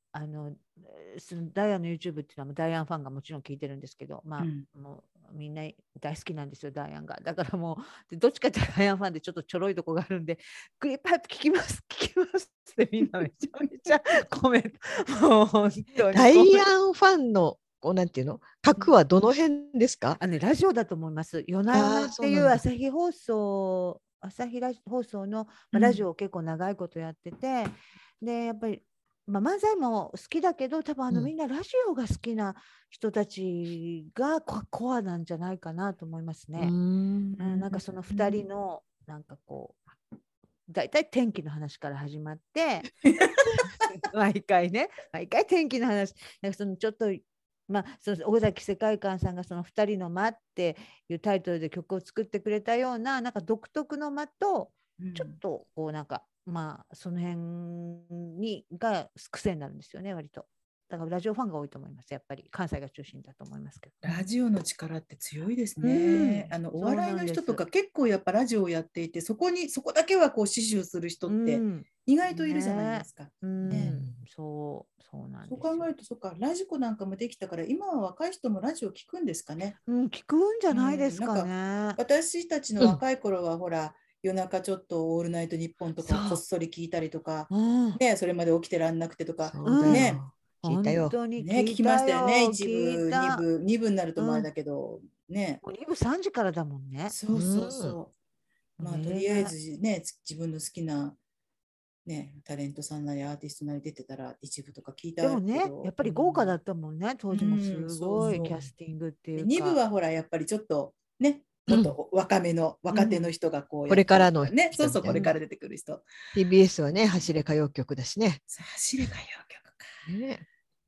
ダイアンの YouTube っていうのはダイアンファンがもちろん聞いてるんですけど、もうみんな大好きなんですよ、ダイアンが。だからもうどっちかってダイアンファンでちょろいとこがあるんで、クリープハイプ聞きますってみんなめちゃめちゃコメント。もう本当にダイアンファンのなんていうの、核はどの辺ですか？ ラジオだと思います。夜な夜なっていう朝日放送のラジオを結構長いことやってて、でやっぱり漫才も好きだけど、多分みんなラジオが好きな人たちがコアなんじゃないかなと思いますね。なんかその2人のなんかこうだいたい天気の話から始まって毎回天気の話、なんかそのちょっとその尾崎世界観さんがその2人の間っていうタイトルで曲を作ってくれたような、なんか独特の間とちょっとこうなんかその辺が癖になるんですよね、割と。だからラジオファンが多いと思います。やっぱり関西が中心だと思いますけど。 ラジオの力って強いですね。お笑いの人とか結構やっぱラジオをやっていて、そこだけはこう死守する人って意外といるじゃないですか。 そうなんですよ。 そう考えると、そっか、ラジコなんかもできたから、今は若い人もラジオ聞くんですかね。 聞くんじゃないですかね。 なんか私たちの若い頃はほら、夜中ちょっとオールナイトニッポンとかこっそり聞いたりとか、それまで起きてらんなくてとか、ね、 聞いたよ。 聞きましたよね。1部、2部になると前だけど、ね。 2部3時からだもんね。 そう。とりあえずね、自分の好きなタレントさんなりアーティストなり出てたら一部とか聞いたけど。 でもね、やっぱり豪華だったもんね、当時もすごいキャスティングっていうか。 2部はほら、やっぱりちょっとね、もっと若手の人がここれからのね、そうこれから出てくる人。 TBS はね、走れ歌謡曲だしね。 走れ歌謡曲か。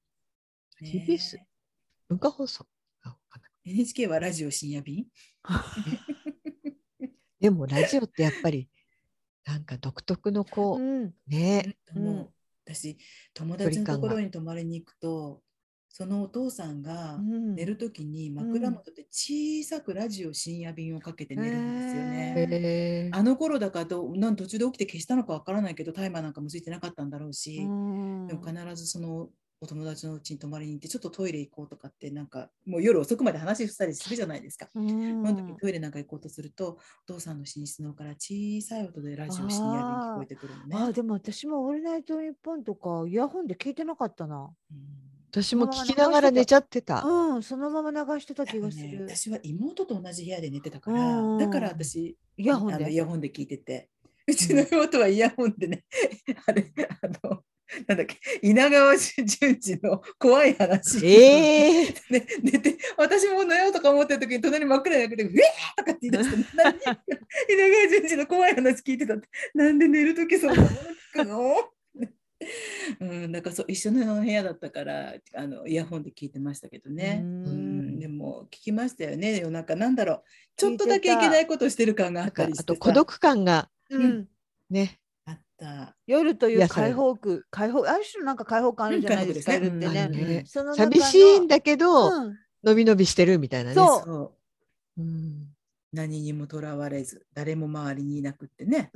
TBS 文化放送。 NHK はラジオ深夜便。 でもラジオってやっぱりなんか独特の私友達のところに泊まりに行くと、そのお父さんが寝るときに枕元で小さくラジオ深夜便をかけて寝るんですよね。あの頃だから途中で起きて消したのかわからないけど、タイマーなんかもついてなかったんだろうし、でも必ずそのお友達のうちに泊まりに行って、ちょっとトイレ行こうとかって、なんかもう夜遅くまで話したりするじゃないですか。その時にトイレなんか行こうとすると、お父さんの寝室のから小さい音でラジオ深夜便聞こえてくるのね。 でも私もオールナイトニッポンとかイヤホンで聞いてなかったな。 私も聞きながら寝ちゃってた。 そのまま流してた気がする。 私は妹と同じ部屋で寝てたから、だから私イヤホンで聞いてて、うちの妹はイヤホンでね、なんだっけ、稲川淳二の怖い話、寝て、私も寝ようとか思ってる時に隣真っ暗になって、うえーとかって言い出して、稲川淳二の怖い話聞いてたって、なんで寝る時そんなもの聞くの？なんか一緒の部屋だったからイヤホンで聞いてましたけどね。でも聞きましたよね、夜中。なんだろう、ちょっとだけいけないことしてる感があったりして、 あと孤独感がね。 あった。 夜という開放ある種なんか開放感あるじゃないですか、夜ってね。 寂しいんだけど、のびのびしてるみたいなね。 そう。何にもとらわれず、誰も周りにいなくってね。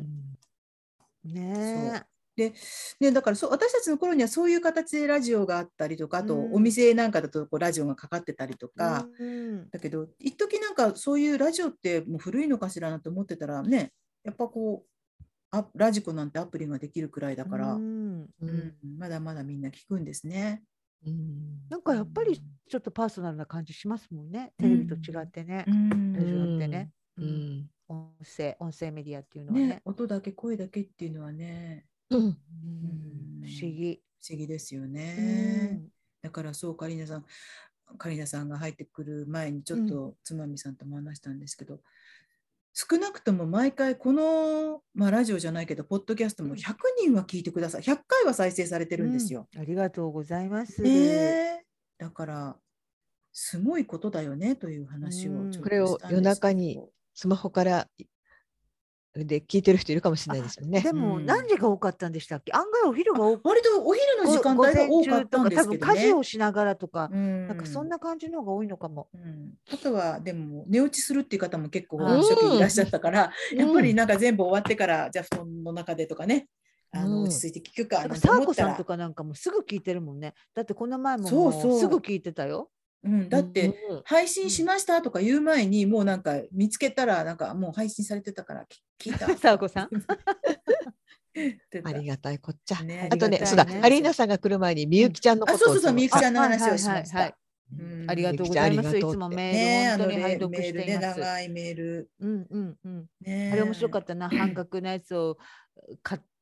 だから私たちの頃にはそういう形でラジオがあったりとか、あとお店なんかだとラジオがかかってたりとか、だけど一時なんかそういうラジオってもう古いのかしらなと思ってたらね、やっぱこうラジコなんてアプリができるくらいだから、まだまだみんな聞くんですね。 なんかやっぱりちょっとパーソナルな感じしますもんね、テレビと違ってね、ラジオってね。音声メディアっていうのはね。 音だけ声だけっていうのはね、 不思議ですよね。だからそう、カリナさんが入ってくる前にちょっとつまみさんとも話したんですけど、少なくとも毎回この、ラジオじゃないけどポッドキャストも100人は聞いてください。100回は再生されてるんですよ。 ありがとうございます。 だからすごいことだよねという話をこれを夜中にスマホからで聞いてる人いるかもしれないですよね。 でも何時が多かったんでしたっけ？案外お昼が多く、 割とお昼の時間帯が多かったんですけどね。 多分家事をしながらとか、なんかそんな感じの方が多いのかも。 あとはでも寝落ちするっていう方も結構初期いらっしゃったから、やっぱりなんか全部終わってからじゃあ布団の中でとかね、落ち着いて聞くかなんてサー思ったら、 コさんとかなんかもすぐ聞いてるもんね。だってこの前ももうすぐ聞いてたよ。 だって配信しましたとか言う前にもうなんか見つけたらなんかもう配信されてたから聞いた。 サーコさんありがたいこっちゃ。 ね、 あとね、そうだ、アリーナさんが来る前にみゆきちゃんのことを、 そうみゆきちゃんの話をしました。 ありがとうございます。いつもメール本当に拝読しています。 長いメール。 あれ面白かったな。半額のやつを買っ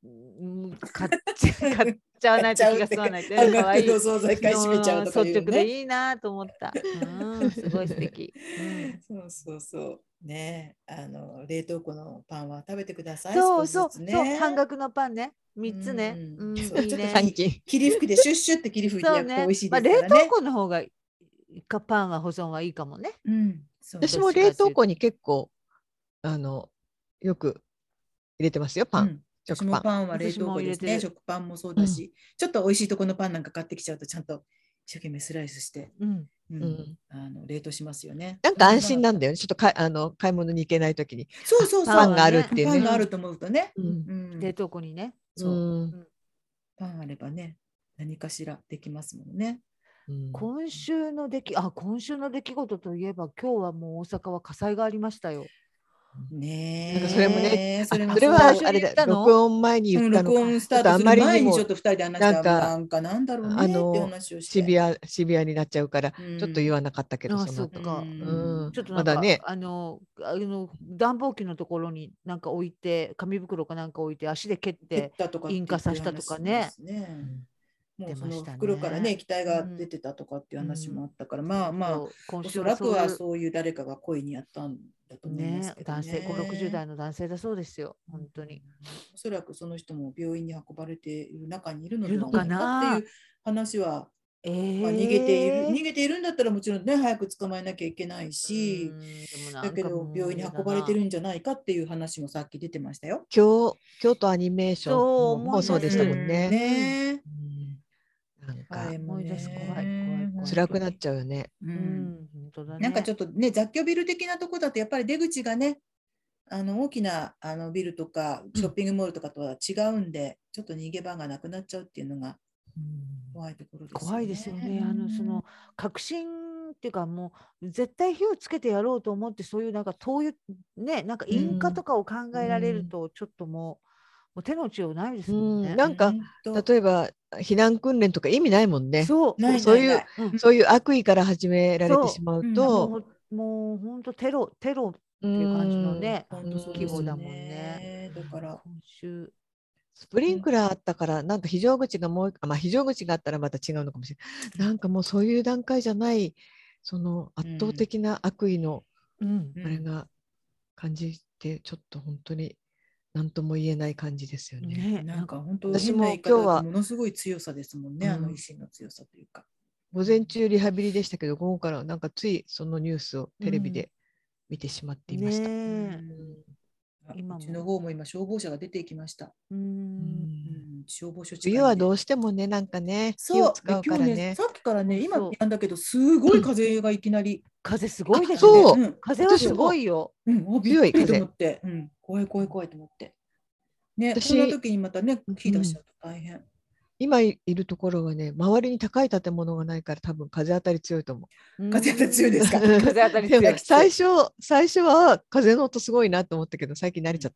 ちゃわないと気が済まないって。 かわいい。率直でいいなと思った。すごい素敵。 そうね、冷凍庫のパンは食べてください。 そう半額のパンね。3つね。 ちょっと霧吹きでシュッシュって霧吹いて焼くと美味しいですからね。 冷凍庫の方がパンは保存はいいかもね。 私も冷凍庫に結構よく入れてますよ、パン。 私もパンは冷凍庫ですね。食パンもそうだし、ちょっと美味しいとこのパンなんか買ってきちゃうとちゃんと一生懸命スライスして冷凍しますよね。 なんか安心なんだよね。ちょっと買い物に行けないときにパンがあるっていうね。 パンがあると思うとね。 冷凍庫にね。 パンあればね、何かしらできますもんね。 今週の出来事といえば、今日はもう大阪は火災がありましたよ。 ね、なんかそれもね、それはあれだ、録音前に言ったの。 録音スタートする前にちょっと2人で話したら、なんだろうねって話をして。 シビアになっちゃうから、ちょっと言わなかったけど、その後。 ちょっとなんかね、暖房機のところになんか置いて、紙袋かなんか置いて、足で蹴って引火させたとかね。 もうその袋からね液体が出てたとかっていう話もあったから、まあおそらくはそういう誰かが故意にやったんだと思いますけどね。 男性50代の男性だそうですよ、本当に。 おそらくその人も病院に運ばれている中にいるのではないかっていう話は、逃げているんだったらもちろんね早く捕まえなきゃいけないし、だけど病院に運ばれてるんじゃないかっていう話もさっき出てましたよ。 京都アニメーションもそうでしたもんね。なんか思い出す、怖い辛くなっちゃうよね。 なんかちょっとね雑居ビル的なとこだとやっぱり出口がね大きなビルとかショッピングモールとかとは違うんで、ちょっと逃げ場がなくなっちゃうっていうのが怖いところですよね。 怖いですよね。その確信っていうか、もう絶対火をつけてやろうと思って、そういうなんか灯油ね、なんか引火とかを考えられるとちょっともう手の内をないですもんね。 なんか例えば避難訓練とか意味ないもんね。そういう悪意から始められてしまうと、 もう本当テロっていう感じのね規模だもんね。 だから今週スプリンクラーあったから、なんか非常口が非常口があったらまた違うのかもしれない。なんかもうそういう段階じゃない、その圧倒的な悪意のあれが感じて、ちょっと本当に何とも言えない感じですよね。 なんか本当私も今日はものすごい強さですもんね、意志の強さというか。 午前中リハビリでしたけど、午後からなんかついそのニュースをテレビで見てしまっていました。 うちの方も今消防車が出てきました。消防署近いんで。 冬はどうしてもね、なんかね、火を使うからね。 さっきからね、今やんだけど、すごい風がいきなり。 風すごいですね。風はすごいよ。 強い風と思って、怖いと思って。ね、こんな時にまたね、火出しちゃうと大変。 今いるところはね、周りに高い建物がないから多分風当たり強いと思う。 風当たり強いですか？ 風当たり強い。 最初は風の音すごいなと思ったけど、最近慣れちゃった。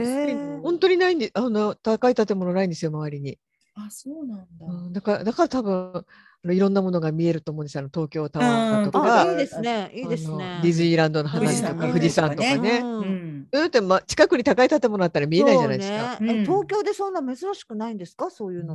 本当にないんで、高い建物ないんですよ、周りに。 あ、そうなんだ。 だから多分いろんなものが見えると思うんですよ。東京タワーとか、 いいですね、いいですね。 ディズニーランドの花火とか富士山とかね。近くに高い建物あったら見えないじゃないですか。 東京でそんな珍しくないんですか、そういうのって。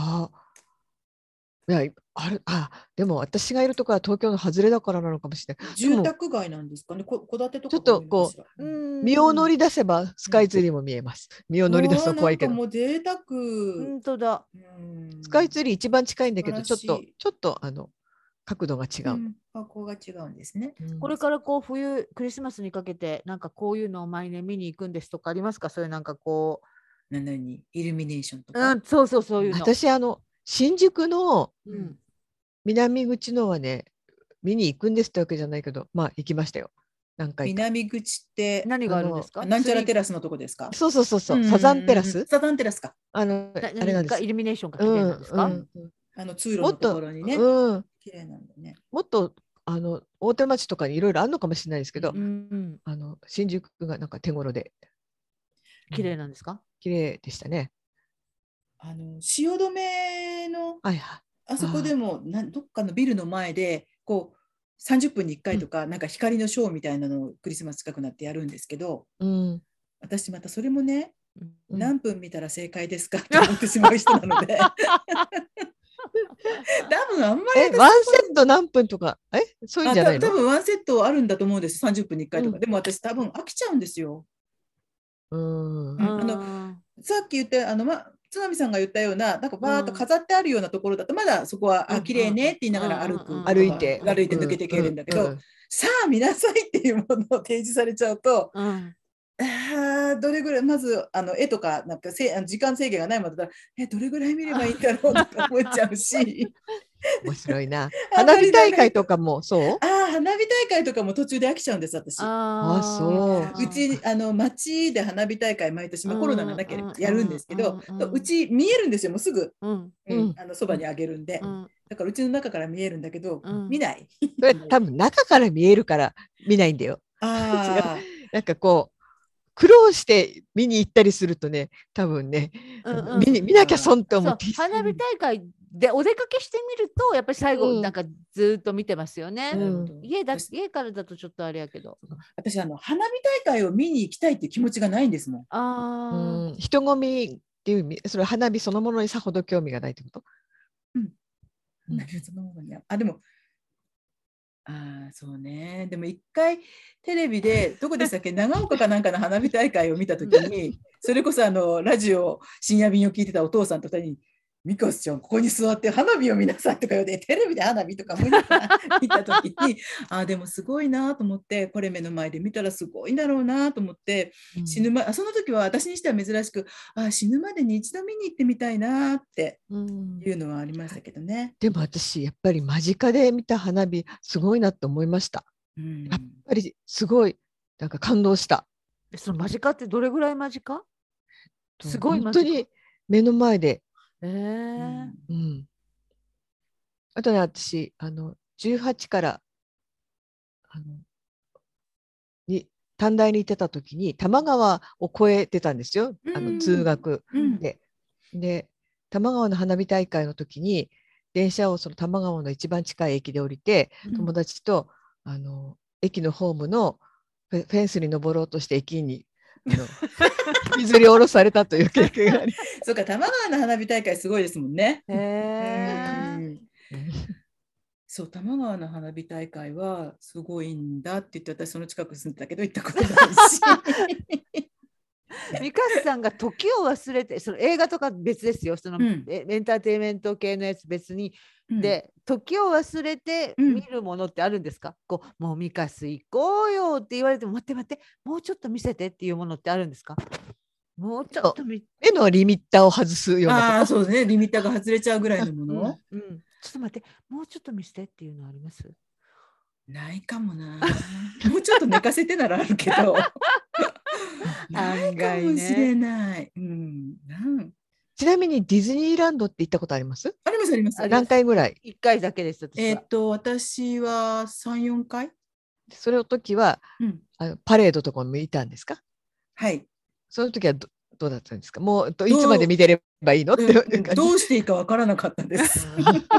でも私がいるところは東京の外れだからなのかもしれない。 住宅街なんですかね、戸建てとか。 ちょっとこう身を乗り出せばスカイツリーも見えます。身を乗り出すと怖いけど。 もう贅沢。 本当だ。 スカイツリー一番近いんだけど、ちょっと角度が違う。 方向が違うんですね。 これからこう冬クリスマスにかけてなんかこういうのを毎年見に行くんですとかありますか？そういうなんかこイルミネーションとか。 そういうの。 私新宿の南口のはね、見に行くんですってわけじゃないけど、まあ行きましたよ。何回か。 南口って何があるんですか？ なんちゃらテラスのとこですか？ そう、サザンテラス。 サザンテラスか。 あれなんです。 イルミネーションが綺麗なんですか？ 通路のところにね。綺麗なんだね。 もっと大手町とかにいろいろあるのかもしれないですけど、新宿がなんか手頃で綺麗なんですか？ 綺麗でしたね。 汐留のあそこでもどっかのビルの前でこう30分に1回とか、なんか光のショーみたいなのをクリスマス近くなってやるんですけど、私またそれもね、何分見たら正解ですかって思ってしまう人なので多分あんまりワンセット何分とかそういうんじゃないの？ 多分ワンセットあるんだと思うんです、30分に1回とか。でも私多分飽きちゃうんですよ。さっき言った津波さんが言ったような、なんかバーッと飾ってあるようなところだとまだそこは綺麗ねって言いながら歩いて抜けていけるんだけど、さあ見なさいっていうものを提示されちゃうと、どれぐらい、まず絵とかなんか時間制限がないものだったらどれぐらい見ればいいんだろうとか思っちゃうし面白いな。花火大会とかもそう？ 花火大会とかも途中で飽きちゃうんです、私。 そう。 うち町で花火大会毎年、コロナがなければやるんですけど、うち見えるんですよ、もうすぐそばにあげるんで。だからうちの中から見えるんだけど、見ない。 多分中から見えるから見ないんだよ。なんかこう苦労して見に行ったりするとね、多分ね、見なきゃ損と思って。 花火大会でお出かけしてみるとやっぱり最後なんかずっと見てますよね。家からだとちょっとあれやけど、 私花火大会を見に行きたいっていう気持ちがないんですもん。人混みっていう意味、それは花火そのものにさほど興味がないってこと？ 花火そのものにでもそうね。でも一回テレビでどこでしたっけ、長岡かなんかの花火大会を見たときにそれこそラジオ深夜便を聞いてたお父さんと2人にミカスちゃんここに座って花火を見なさいとか言って、テレビで花火とか見たときにでもすごいなと思って、これ目の前で見たらすごいんだろうなと思って、死ぬその時は私にしては珍しく死ぬまでに一度見に行ってみたいなっていうのはありましたけどね。 でも私やっぱり間近で見た花火すごいなと思いました。やっぱりすごいなんか感動した。 その間近ってどれぐらい間近？すごい間近。本当に目の前で。あとね、私18から短大に行ってた時に多摩川を越えてたんですよ、通学で。で多摩川の花火大会の時に電車をその多摩川の一番近い駅で降りて、友達と駅のホームのフェンスに登ろうとして駅に引きずり下ろされたという経験がありそうか、多摩川の花火大会すごいですもんね。そう、多摩川の花火大会はすごいんだって言って、私その近くに住んでたけど行ったことないしミカスさんが時を忘れて、その映画とか別ですよ、そのエンターテインメント系のやつ別に、で時を忘れて見るものってあるんですか？もうミカス行こうよって言われても、待ってもうちょっと見せてっていうものってあるんですか？もうちょっと目のリミッターを外すようなこと。 そうですね、リミッターが外れちゃうぐらいのもの。 ちょっと待って、もうちょっと見せてっていうのあります？ ないかもな。もうちょっと寝かせてならあるけどないかもしれない。 ちなみにディズニーランドって行ったことあります？ ありますあります。 何回ぐらい ？1回だけです。 私は3、4回。 それの時は、パレードとかも見たんですか？ はい。 その時はどうだったんですか？もういつまで見てればいいのってどうしていいかわからなかったです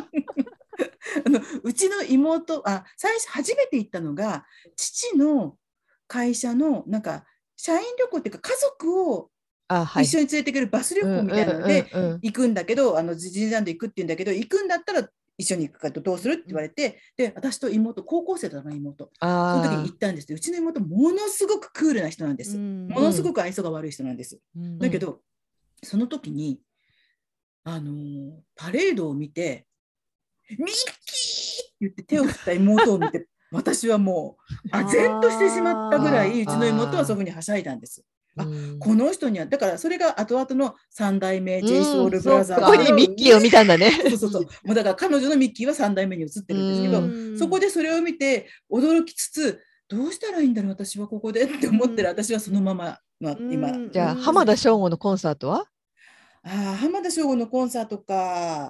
うちの妹、最初初めて行ったのが父の会社のなんか社員旅行っていうか、家族を一緒に連れてくるバス旅行みたいなので行くんだけど、ディズニーランド行くって言うんだけど、行くんだったら一緒に行くかとどうするって言われて、で私と妹、高校生だったの妹、その時に行ったんです。うちの妹ものすごくクールな人なんです。ものすごく愛想が悪い人なんです。だけどその時にパレードを見てミッキーっ言って手を振った妹を見て、私はもう唖然としてしまったぐらい、うちの妹はそういうふうにはしゃいだんです。この人には、だからそれが後々の3代目 JSOULブラザーズ。 ここにミッキーを見たんだね。 そう。もうだから彼女のミッキーは3代目に移ってるんですけど、そこでそれを見て驚きつつ、どうしたらいいんだろう私はここでって思ってる私はそのまま、今。 じゃあ浜田省吾のコンサートは？ 浜田省吾のコンサートか。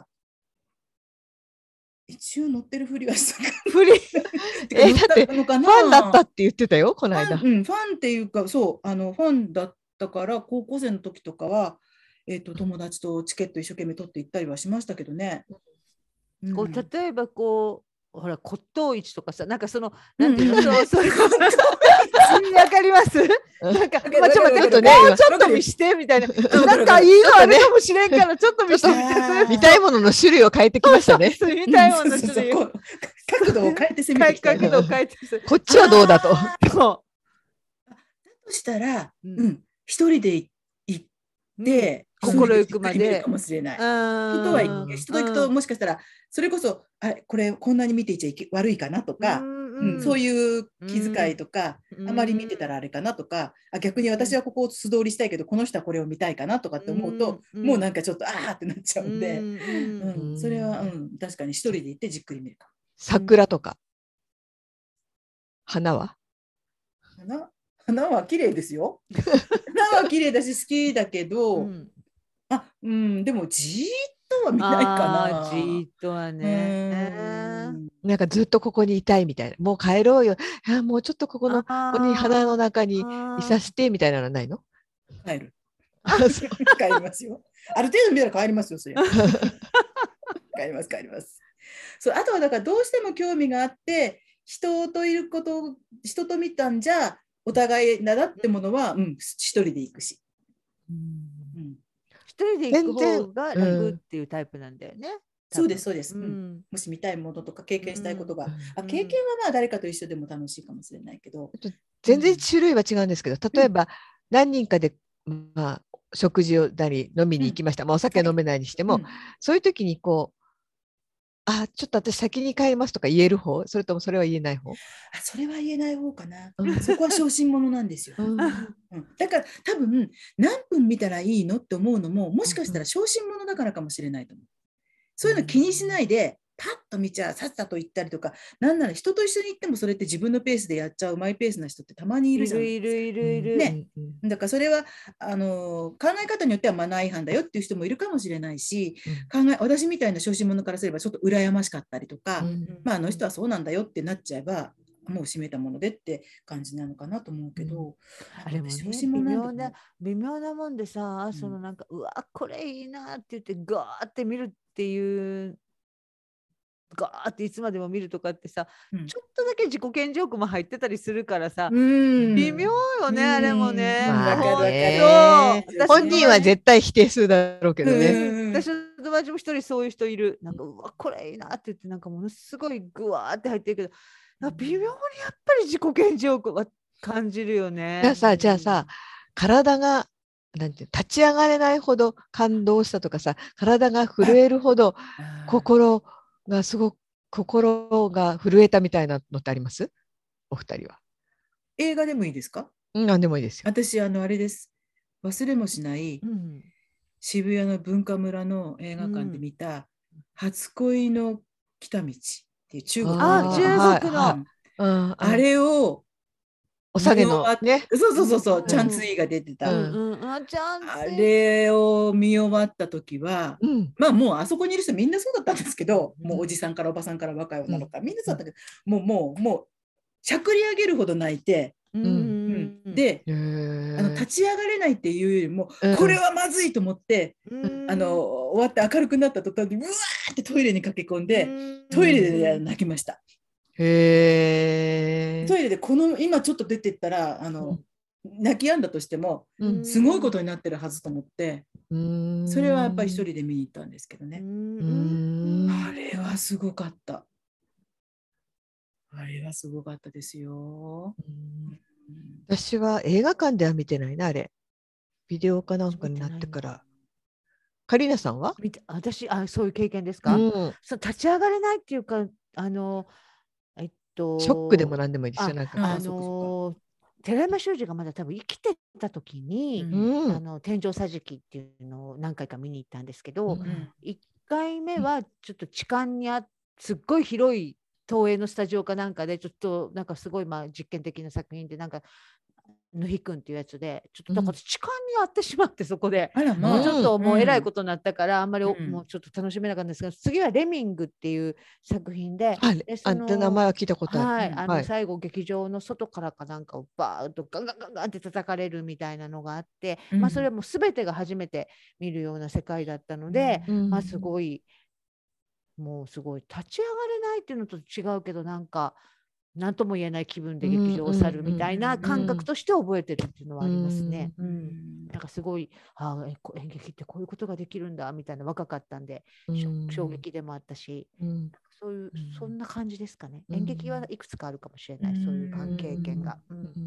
一応乗ってるふりはしたかふりだってファンだったって言ってたよこの間。 ファンっていうか、そうファンだったから、高校生の時とかは、友達とチケット一生懸命取って行ったりはしましたけどね。 こう例えばこうほら骨董市とかさ、なんかそのなんていうの、そういうことわかります？なんかまあちょっと待って、もうちょっと見してみたいな、なんかいいのあるかもしれんからちょっと見してみて、 見たいものの種類を変えてきましたね。 見たいものの種類を角度を変えて攻めてきた。 角度を変えてこっちはどうだと。 だとしたら、一人で行って心ゆくまでかもしれない。人と行くともしかしたらそれこそこれこんなに見ていちゃ悪いかなとか、そういう気遣いとか、あまり見てたらあれかなとか、逆に私はここを素通りしたいけどこの人はこれを見たいかなとかって思うと、もうなんかちょっとってなっちゃうんで、それは確かに一人で行ってじっくり見るかも。 桜とか花は？ 花は綺麗ですよ。花は綺麗だし好きだけど、でもじーっとは見ないかな。 じーっとはね。 なんかずっとここにいたいみたいな、もう帰ろうよ、もうちょっとここに花の中にいさせてみたいなのはないの？ 帰る。帰りますよ。ある程度見たら帰りますよ、それ。帰ります。そう、あとはだからどうしても興味があって、人といること、人と見たんじゃお互いなだってものは、一人で行くし。 一人で行く方が楽っていうタイプなんだよね。 そうです。もし見たいものとか経験したいことが、経験はまあ誰かと一緒でも楽しいかもしれないけど。 全然種類は違うんですけど、例えば何人かで、食事をなり飲みに行きました。お酒飲めないにしても、そういう時にこう、ちょっと私先に帰りますとか言える方？それともそれは言えない方？ それは言えない方かな。そこは小心者なんですよ。だから多分何分見たらいいのって思うのも、もしかしたら小心者だからかもしれないと思う。そういうの気にしないでパッと見ちゃさっさと行ったりとか、なんなら人と一緒に行ってもそれって自分のペースでやっちゃうマイペースな人ってたまにいるじゃないですか。ね。だからそれは考え方によってはマナー違反だよっていう人もいるかもしれないし、私みたいな小心者からすればちょっと羨ましかったりとか、あの人はそうなんだよってなっちゃえばもう閉めたものでって感じなのかなと思うけど、 あれもね、微妙なもんでさ、そのなんかうわこれいいなって言ってガーって見るっていうガーっていつまでも見るとかってさ、ちょっとだけ自己顕示欲も入ってたりするからさ、微妙よね、あれもね。 本人は絶対否定するだろうけどね。 私の友達も一人そういう人いる。なんかうわこれいいなって言ってなんかものすごいグワーって入ってるけど、微妙にやっぱり自己顕示欲は感じるよね。 じゃあさ、体がなんて立ち上がれないほど感動したとかさ、体が震えるほど心が震えたみたいなのってあります？お二人は。 映画でもいいですか？ 何でもいいですよ。 私あれです。忘れもしない、渋谷の文化村の映画館で見た、初恋の来た道っていう中国のあれをお下げのね、 そうチャンツイが出てた、あれを見終わった時は、もうあそこにいる人みんなそうだったんですけど、もうおじさんからおばさんから若い女の子からみんなそうだったけど、もうしゃくり上げるほど泣いて、で立ち上がれないっていうよりも、これはまずいと思って、終わって明るくなった途端にうわーってトイレに駆け込んで、トイレで泣きました。トイレで今ちょっと出てったら泣き止んだとしても、すごいことになってるはずと思って、それはやっぱり一人で見に行ったんですけどね。あれはすごかった。あれはすごかったですよ。 私は映画館では見てないな、あれ。ビデオかなんかになってから。カリーナさんは？ 私そういう経験ですか？立ち上がれないっていうか、 ショックでも何でもいいですよ。なんか寺山修司がまだ多分生きてた時に、天井桟敷っていうのを何回か見に行ったんですけど、1回目はちょっと痴漢にすっごい広い東映のスタジオかなんかでちょっとなんかすごい実験的な作品でなんかぬひくんっていうやつでちょっとだから痴漢に遭ってしまって、そこで、ちょっともうえらいことになったからあんまりもうちょっと楽しめなかったんですけど、次はレミングっていう作品で、 名前は聞いたことある。 最後劇場の外からかなんかをバーッとガンガンガンガンって叩かれるみたいなのがあって、それはもう全てが初めて見るような世界だったので、すごいもうすごい立ち上がれないっていうのと違うけど、なんか何とも言えない気分で劇場を去るみたいな感覚として覚えてるっていうのはありますね。なんかすごい演劇ってこういうことができるんだみたいな、若かったんで衝撃でもあったし、そういうそんな感じですかね。演劇はいくつかあるかもしれない、そういう経験が。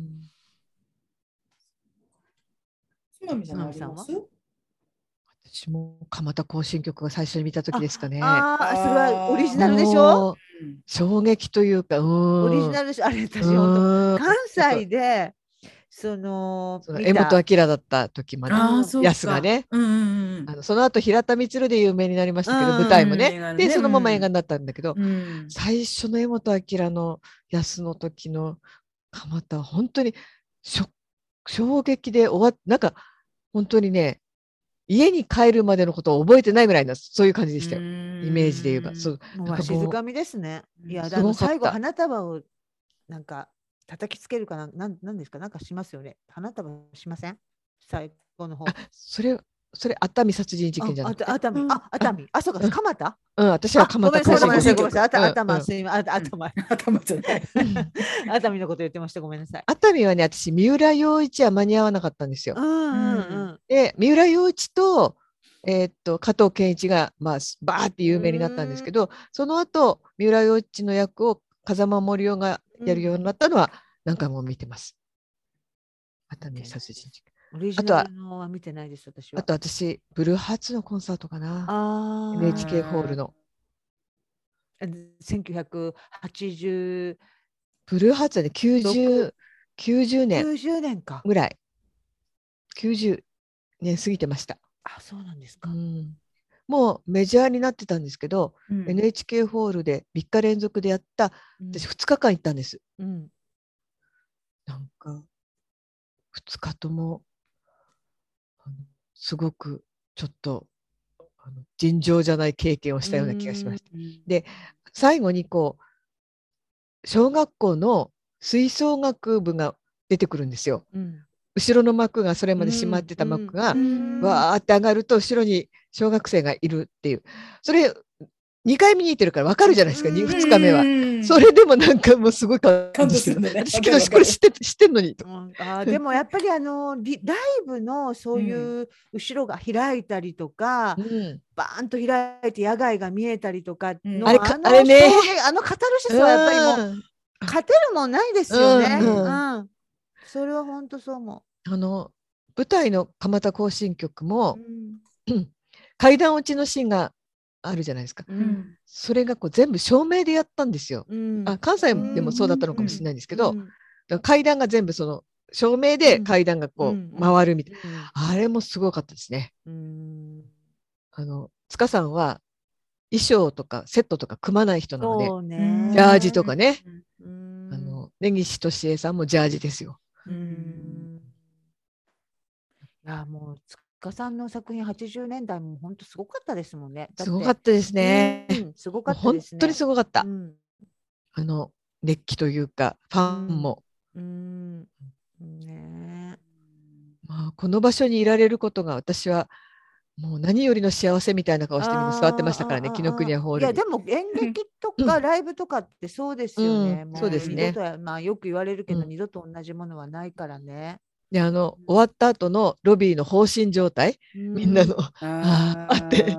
津波さんは？ 私も蒲田行進曲が最初に見た時ですかね。 それはオリジナルでしょ。 衝撃というか、 オリジナルでしょ。あれ私本当関西で江本明だった時まで安がね、その後平田満で有名になりましたけど、舞台もね、でそのまま映画になったんだけど、最初の江本明の安の時の蒲田は本当に衝撃でなんか本当にね、家に帰るまでのことを覚えてないぐらいな、そういう感じでしたよ、イメージで言えば。 静かみですね。いや、最後花束をなんか叩きつけるかな、なんですか、なんかしますよね。花束しません？最後の方。 それ熱海殺人事件じゃなくて。 熱海、そうか、蒲田？ 私は蒲田。 ごめんなさい。頭じゃない。熱海のこと言ってました。ごめんなさい。 熱海はね、私三浦陽一は間に合わなかったんですよ。で、三浦陽一と加藤健一がバーって有名になったんですけど、その後三浦陽一の役を風間森夫がやるようになったのは何回も見てます。熱海殺人事件。 あとは見てないです、私は。 あと私ブルーハーツのコンサートかな。NHK ホールの。 1980。 ブルーハーツはね、90年ぐらい。90年過ぎてました。 そうなんですか。 もうメジャーになってたんですけど、NHK ホールで3日連続でやった、私2日間行ったんです。なんか2日ともすごくちょっと尋常じゃない経験をしたような気がしました。で、最後に小学校の吹奏楽部が出てくるんですよ。後ろの幕が、それまで閉まってた幕がわーって上がると後ろに小学生がいるっていう、それ2回見に行ってるから分かるじゃないですか、2日目は。それでもなんかもうすごい感動するね。私これ知ってんのにと。 でもやっぱりライブのそういう後ろが開いたりとか、バーンと開いて野外が見えたりとかのあれね、 カタルシスはやっぱりもう勝てるもんないですよね。それは本当そう思う。 舞台の蒲田行進曲も階段落ちのシーンがあるじゃないですか。それが全部照明でやったんですよ。関西でもそうだったのかもしれないんですけど、階段が全部その照明で階段が回るみたいな、あれもすごかったですね。塚さんは衣装とかセットとか組まない人なので、ジャージとかね、根岸俊恵さんもジャージですよ。 いや、もう塚さんの作品80年代も本当すごかったですもんね。 すごかったですね。 すごかったですね。 本当にすごかった。熱気というかファンも。この場所にいられることが私はもう何よりの幸せみたいな顔してみんな座ってましたからね、紀ノ国屋ホールに。 いやでも演劇とかライブとかってそうですよね。 そうですね。 よく言われるけど、二度と同じものはないからね。 で終わった後のロビーの放心状態、みんなのあって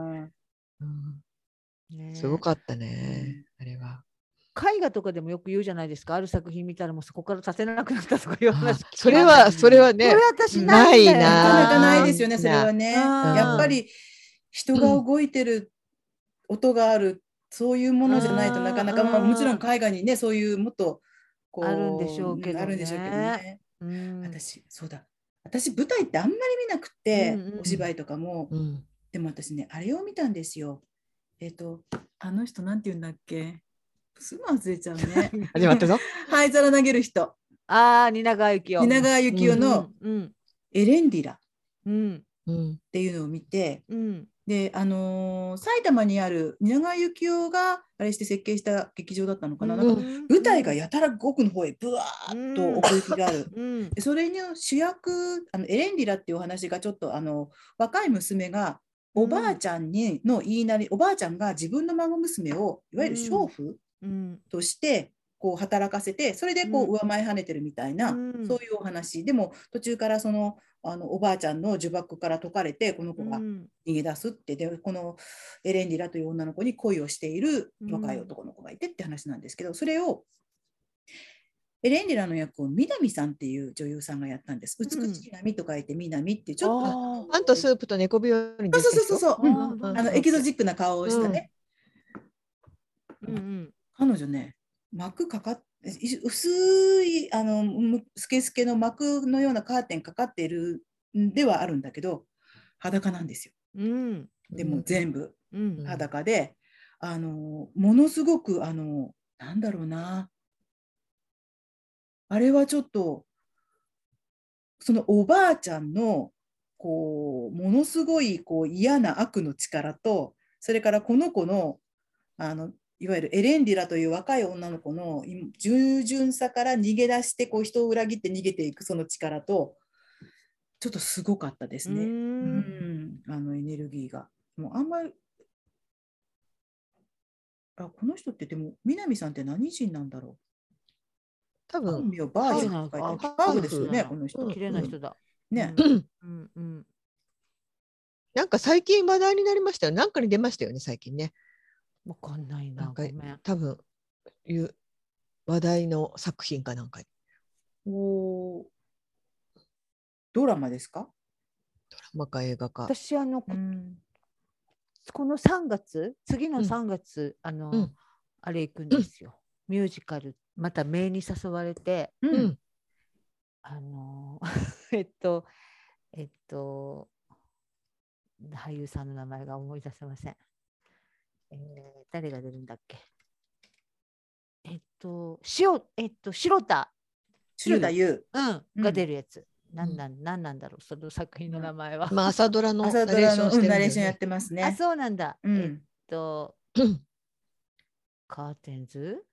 すごかったね、あれは。 絵画とかでもよく言うじゃないですか、ある作品見たらもうそこから立てなくなったとかいう話。 それはね、 それ私ないな。なかなかないですよね、それはね。やっぱり人が動いてる、音があるそういうものじゃないとなかなか、まあ、もちろん海外にねそういうもっとこうあるんでしょうけどね。 あるんでしょうけどね。そうだ、私舞台ってあんまり見なくて、お芝居とかも、でも私ねあれを見たんですよ。あの人なんて言うんだっけ、すぐ忘れちゃうね。 始まったぞ。 灰皿投げる人。 蜷川幸雄。 蜷川幸雄のエレンディラっていうのを見て、で、埼玉にある蜷川幸雄があれして設計した劇場だったのかな、なんか舞台がやたら奥の方へブワーッと奥行きがある。でそれの主役エレンディラっていうお話がちょっと若い娘がおばあちゃんの言いなり、おばあちゃんが自分の孫娘をいわゆる娼婦としてこう働かせて、それでこう上前跳ねてるみたいな、そういうお話でも、途中からそのおばあちゃんの呪縛から解かれてこの子が逃げ出すって、でこのエレンディラという女の子に恋をしている若い男の子がいてって話なんですけど、それをエレンディラの役を南さんっていう女優さんがやったんです。美しい波と書いて南っていう、ちょっとパンとスープと猫日和に出てる人。そうエキゾチックな顔をしたね。彼女ね、膜かかっ薄いスケスケの膜のようなカーテンかかっているんではあるんだけど、裸なんですよ。でも全部裸で、ものすごくなんだろうな、あれはちょっとそのおばあちゃんのこうものすごいこう嫌な悪の力と、それからこの子のいわゆるエレンディラという若い女の子の従順さから逃げ出してこう人を裏切って逃げていくその力と、ちょっとすごかったですね。エネルギーがもうあんまり。この人ってでも南さんって何人なんだろう。 多分本名バージョンって書いてある。ハーフですよね、この人。 綺麗な人だ。 ね。 なんか最近話題になりましたよ。なんかに出ましたよね、最近ね。 わかんないな。ごめん。 多分いう話題の作品かなんかに。 ドラマですか？ ドラマか映画か。 私この3月、次の3月、あれ行くんですよ。ミュージカル、また名に誘われて、俳優さんの名前が思い出せません。誰が出るんだっけ。白田優が出るやつ。何なんだろう、その作品の名前は。 朝ドラのナレーションしてるんだよね。 ナレーションやってますね。 そうなんだ。カーテンズ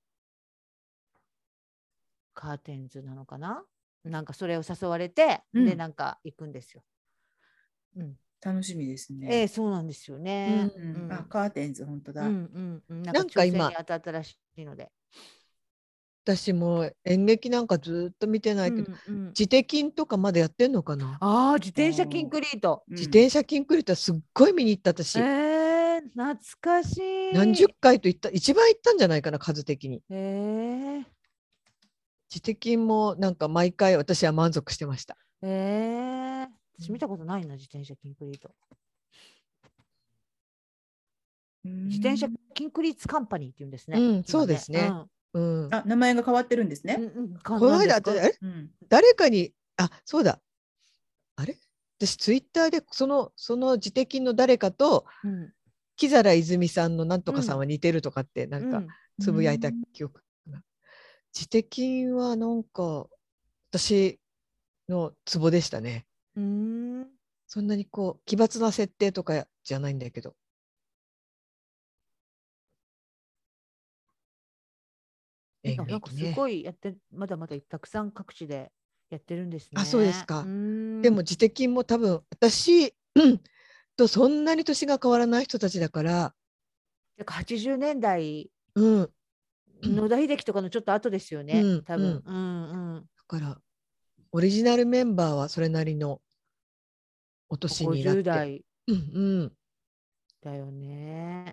なのかな、なんかそれを誘われて、でなんか行くんですよ。 楽しみですね。 そうなんですよね。 カーテンズ本当だ。 なんか今当たったらしいので。 私も演劇なんかずっと見てないけど、自転金とかまだやってんのかな。 自転車キンクリート。 自転車キンクリートはすっごい見に行った私。 懐かしい。 何十回と行った、一番行ったんじゃないかな、数的に。自転金もなんか毎回私は満足してました。 私見たことないな、自転車キンクリート。自転車キンクリートカンパニーって言うんですね。 そうですね。 名前が変わってるんですね。 この間誰かにそうだ、あれ私ツイッターでその自転金の誰かと木皿泉さんのなんとかさんは似てるとかってなんかつぶやいた記憶。自転金はなんか私のツボでしたね。そんなにこう奇抜な設定とかじゃないんだけど。 なんかすごいやって、まだまだたくさん各地でやってるんですね。 そうですか。でも自転金も多分私とそんなに年が変わらない人たちだから。 80年代、野田秀樹とかのちょっと後ですよね、多分。 だからオリジナルメンバーはそれなりのお年になって。50代だよね。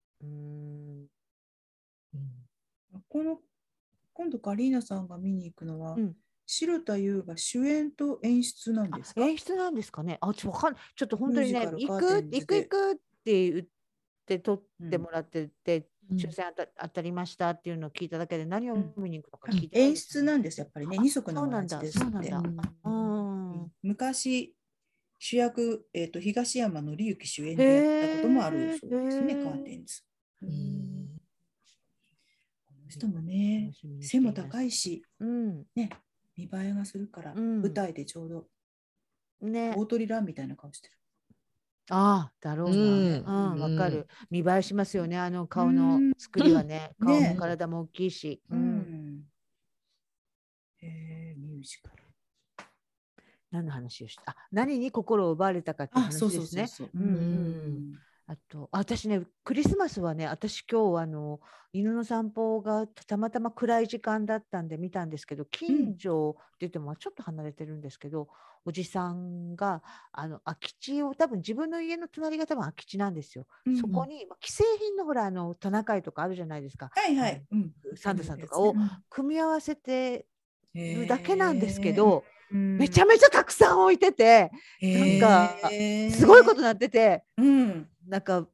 今度カリーナさんが見に行くのは、白田優が主演と演出なんですか？ 演出なんですかね。ちょっと本当にね、行くって言って撮ってもらってて、 抽選当たりましたっていうのを聞いただけで何を見に行くのか聞いて、 演出なんです、やっぱりね。二足のわらじですって。昔、主役、東山紀之主演でやったこともあるそうですね、カーテンズ。この人もね、背も高いし、ね、見栄えがするから、舞台でちょうど、大鳥蘭みたいな顔してる。 ああ、だろうな。わかる。見栄えしますよね、あの顔の作りはね。顔も体も大きいし。ミュージカル。 何の話をした？何に心を奪われたかっていう話ですね。あと、私ね、クリスマスはね、私今日犬の散歩がたまたま暗い時間だったんで見たんですけど、近所って言ってもちょっと離れてるんですけど、おじさんが空き地を、多分自分の家の隣が多分空き地なんですよ。そこに既製品のほらトナカイとかあるじゃないですか。サンタさんとかを組み合わせてるだけなんですけど、めちゃめちゃたくさん置いてて、なんかすごいことになってて、なんか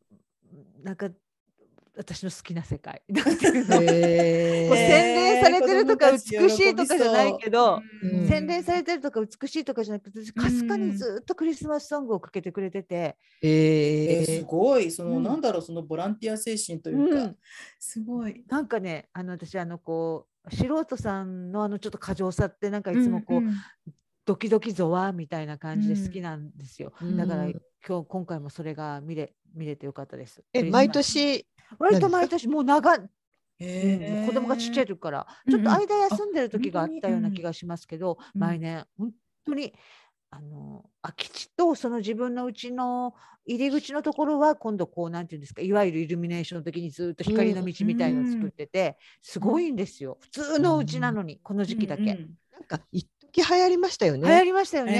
私の好きな世界。洗練されてるとか美しいとかじゃないけど、洗練されてるとか美しいとかじゃなくて、かすかにずっとクリスマスソングをかけてくれてて、 すごい、なんだろう、そのボランティア精神というか、すごい。 なんかね、私こう素人さんのちょっと過剰さってなんかいつもこう、ドキドキゾワみたいな感じで好きなんですよ。だから今回もそれが見れてよかったです。 毎年割と毎年もう子供がちっちゃい時からちょっと間休んでる時があったような気がしますけど、毎年本当に空き地とその自分のうちの入り口のところは今度こうなんていうんですか、いわゆるイルミネーションの時にずっと光の道みたいのを作ってて、すごいんですよ。普通のうちなのにこの時期だけ。 なんか一時流行りましたよね。 流行りましたよね。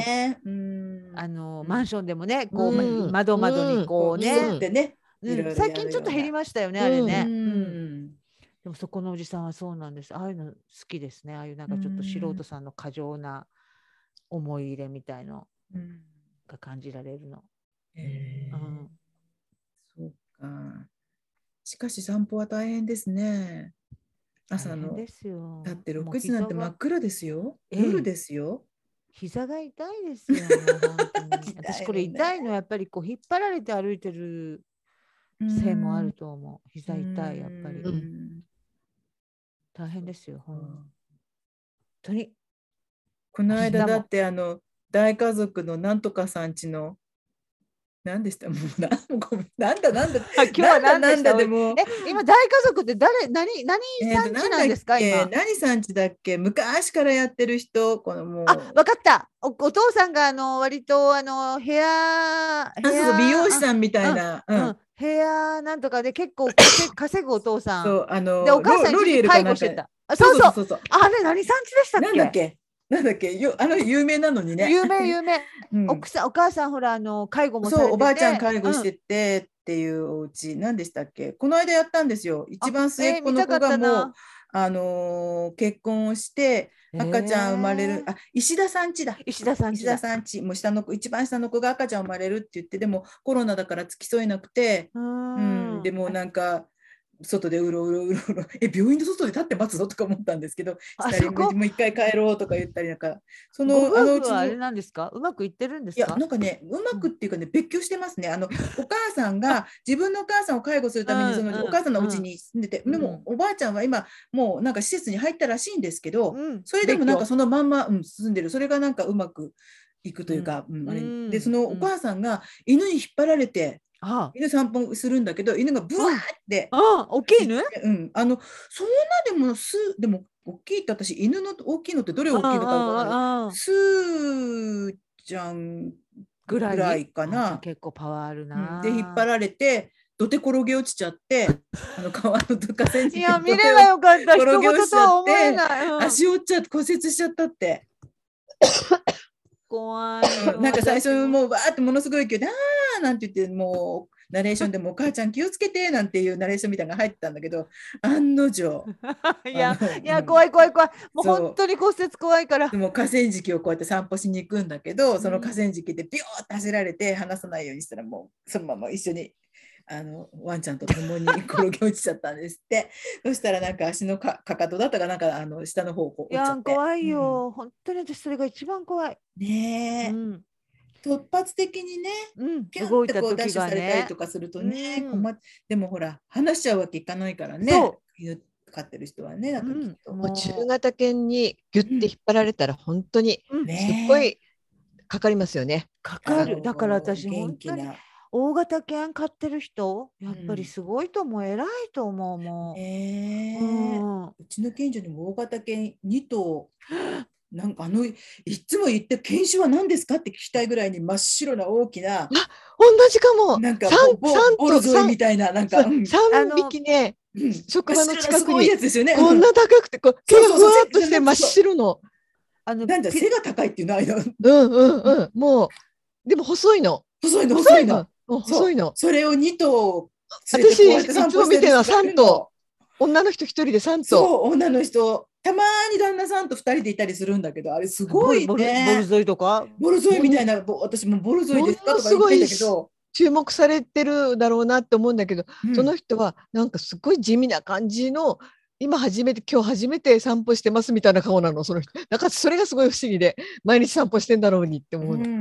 マンションでもね、こう窓にこうね。最近ちょっと減りましたよね、あれね。でもそこのおじさんはそうなんです。ああいうの好きですね。ああいうなんかちょっと素人さんの過剰な思い入れみたいのが感じられるの。 そうか。しかし散歩は大変ですね。朝の。だって6時なんて真っ暗ですよ。夜ですよ。 膝が痛いですよ。私これ痛いのやっぱりこう引っ張られて歩いてるせいもあると思う。膝痛いやっぱり。大変ですよ。本当に。 この間だって大家族のなんとかさんちの何でしたもうなんだ今日は何でしたでも今大家族って何さんちなんですか今。 何さんちだっけ、昔からやってる人、このもう。 分かった。お父さんが割とヘア美容師さんみたいな。 ヘアなんとかで結構稼ぐお父さん。 そうでお母さん一時介護してた。そう。あれ何さんちでしたっけ？ なんだっけ有名なのにね。 有名。お母さんほら介護もされてて、 そうおばあちゃん介護しててっていうお家何でしたっけ？この間やったんですよ。一番末っ子の子がもう結婚をして赤ちゃん生まれる、石田さんちだ。石田さんちもう一番下の子が赤ちゃん生まれるって言って、でもコロナだから付き添えなくて、でもなんか外でうろうろ病院の外で立って待つぞとか思ったんですけど、もう一回帰ろうとか言ったり、なんかそのうちのあれなんですか、うまくいってるんですか？ いやなんかね、うまくっていうかね、別居してますね。お母さんが自分のお母さんを介護するためにそのお母さんのお家に住んでて、でもおばあちゃんは今もうなんか施設に入ったらしいんですけど、それでもなんかそのまんま住んでる、それがなんかうまくいくというか、あれで、そのお母さんが犬に引っ張られて。犬散歩するんだけど、犬がブワーって、 大きい犬？ そんなでも大きいって、私犬の大きいのってどれ大きいのか分からない。スーちゃんぐらいかな。 結構パワーあるな。 で引っ張られて土手転げ落ちちゃって川の河川敷いや見ればよかった。 転げ落ちちゃって足折っちゃって骨折しちゃったって。 怖い。 なんか最初もうわーってものすごい勢いでなんて言って、もうナレーションでもお母ちゃん気をつけてなんていうナレーションみたいなのが入ってたんだけど、案の定いや怖いもう本当に骨折怖いから。 でも河川敷をこうやって散歩しに行くんだけど、その河川敷でビョーって走られて離さないようにしたら、もうそのまま一緒にワンちゃんと共に転げ落ちちゃったんですって。そしたらなんか足のかかとだったかなんか下の方をこういや折っちゃって。 怖いよ、本当に私それが一番怖い。 ねえ、突発的にね、ピュンって動いた時こうダッシュされたりがね。 とかするとね、でもほら、話しちゃうわけいかないからね、犬飼ってる人はね、だからきっと。 もう中型犬にギュッて引っ張られたら本当にすっごいかかりますよね。 かかる。だから私本当に大型犬飼ってる人やっぱりすごいと思う、偉いと思う。もうちの近所にも大型犬2頭なんかいつも言って犬種は何ですかって聞きたいぐらいに真っ白な大きな、 同じかも。 なんかボルゾイみたいな、なんか 3匹ね、職場の近くにこんな高くて毛がふわっとして真っ白の。 なんだ背が高いっていうのはもうでも細いの。 細いの。それを2頭連れてこうやって散歩してるのは3頭。女の人1人で3頭。 そう女の人。たまに旦那さんと2人でいたりするんだけど、あれすごいね。 ボルゾイとかボルゾイみたいな、私もボルゾイですかとか言ってんだけど。 注目されてるだろうなって思うんだけど、その人はなんかすごい地味な感じの、今初めて散歩してますみたいな顔なの、その人。だからそれがすごい不思議で、毎日散歩してんだろうにって思うの。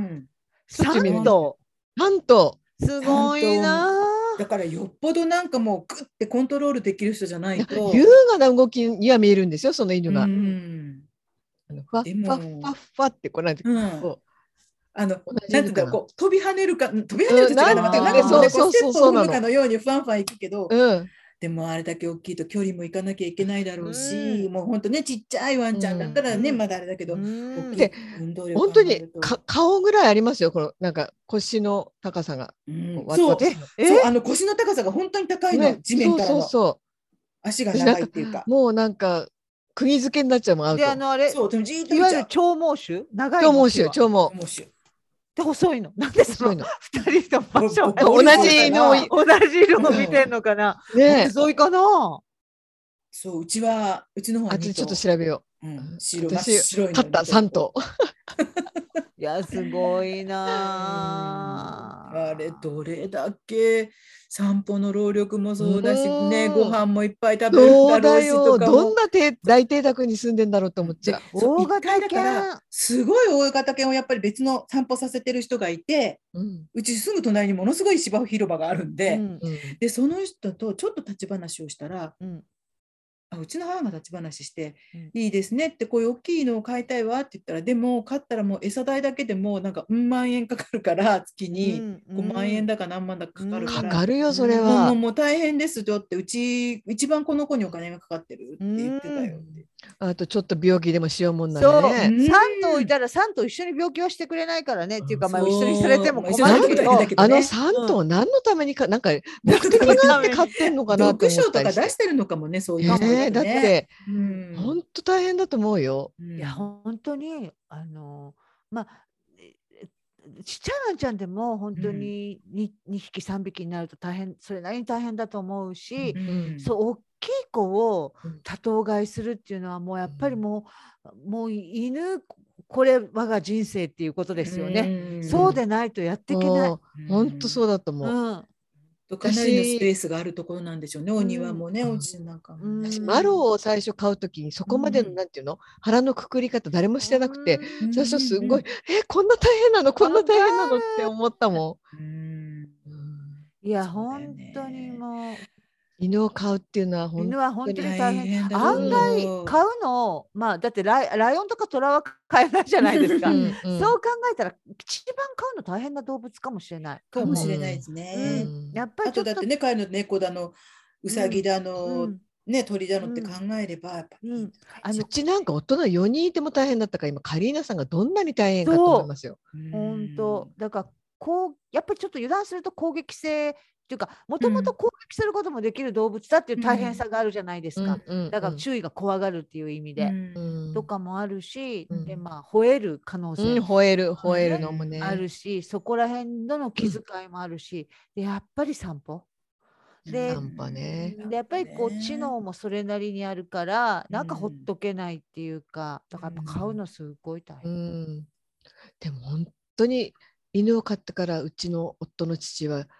3頭 3頭。 すごいな。 だからよっぽどなんかもうグッてコントロールできる人じゃないと。 優雅な動きには見えるんですよ、その犬が。ふわっふわっふわっふわってこうなんてなんていうかこう飛び跳ねるか飛び跳ねると違うな、またなんかこうステップを踏むかのようにふわんふわんいくけど、でもあれだけ大きいと距離も行かなきゃいけないだろうし、もう本当ねちっちゃいワンちゃんだったらねまだあれだけど、大きい運動量本当に顔ぐらいありますよ、このなんか腰の高さが。 そう腰の高さが本当に高いの、地面からの。足が長いっていうか。 もうなんか釘付けになっちゃうもん。 であれそうでもじーっといわゆる長毛種、長い長毛種で細いの。なんでその2人と同じ色を見てんのかな。細いかな。 そううちの方はちょっと調べよう。 白いたった3頭。 いやすごいな。 あれどれだけ散歩の労力もそうだしね、ご飯もいっぱい食べるんだろうしとかも。 どんな大邸宅に住んでんだろうと思っちゃう。 大型だからすごい大型犬をやっぱり別の散歩させてる人がいて、うちすぐ隣にものすごい芝生広場があるんで、でその人とちょっと立ち話をしたら、うちの母が立ち話して、いいですねってこういう大きいのを買いたいわって言ったら、でも買ったらもう餌代だけでもなんか万円かかるから月に5万円だか何万だかかるから、 かかるよそれは。 もう大変ですよって、うち一番この子にお金がかかってるって言ってたよって。 あとちょっと病気でもしようもんならね。 3頭いたら3頭一緒に病気はしてくれないからねっていうか、まあ一緒にされても困るけど、 3頭何のためになんか目的があって買ってんのかなって思ったりして。 読書とか出してるのかもね、そういうのね。だって本当大変だと思うよ。 いや本当にまあちっちゃいワンちゃんでも本当に 2匹3匹になると大変、それなりに大変だと思うし、そう大きい子を多頭飼いするっていうのはもうやっぱりもう犬これ我が人生っていうことですよね。そうでないとやっていけない。 本当そうだと思う。 かなりのスペースがあるところなんでしょうね、お庭もね、お家なんかも。 マロを最初買うときにそこまでのなんていうの、腹のくくり方誰もしてなくて、最初すごいこんな大変なのって思ったもん。 いや本当にもう犬を飼うっていうのは本当に大変。案外買うの、まあだってライオンとかトラは買えないじゃないですか。そう考えたら一番買うの大変な動物かもしれない。 かもしれないですね。 やっぱりあとだってね、飼うの猫だのウサギだのね、鳥だのって考えればやっぱり。 うちなんか大人4人いても大変だったから、今カリーナさんがどんなに大変かと思いますよ。 本当だからやっぱりちょっと油断すると攻撃性っていうか、もともと攻撃することもできる動物だっていう大変さがあるじゃないですか。だから周囲が怖がるっていう意味でとかもあるし、でまあ吠える可能性も吠えるのもねあるし、そこら辺の気遣いもあるし、でやっぱり散歩でやっぱりこう知能もそれなりにあるからなんかほっとけないっていうか、だからやっぱ飼うのすごい大変。 でも本当に犬を飼ってからうちの夫の父は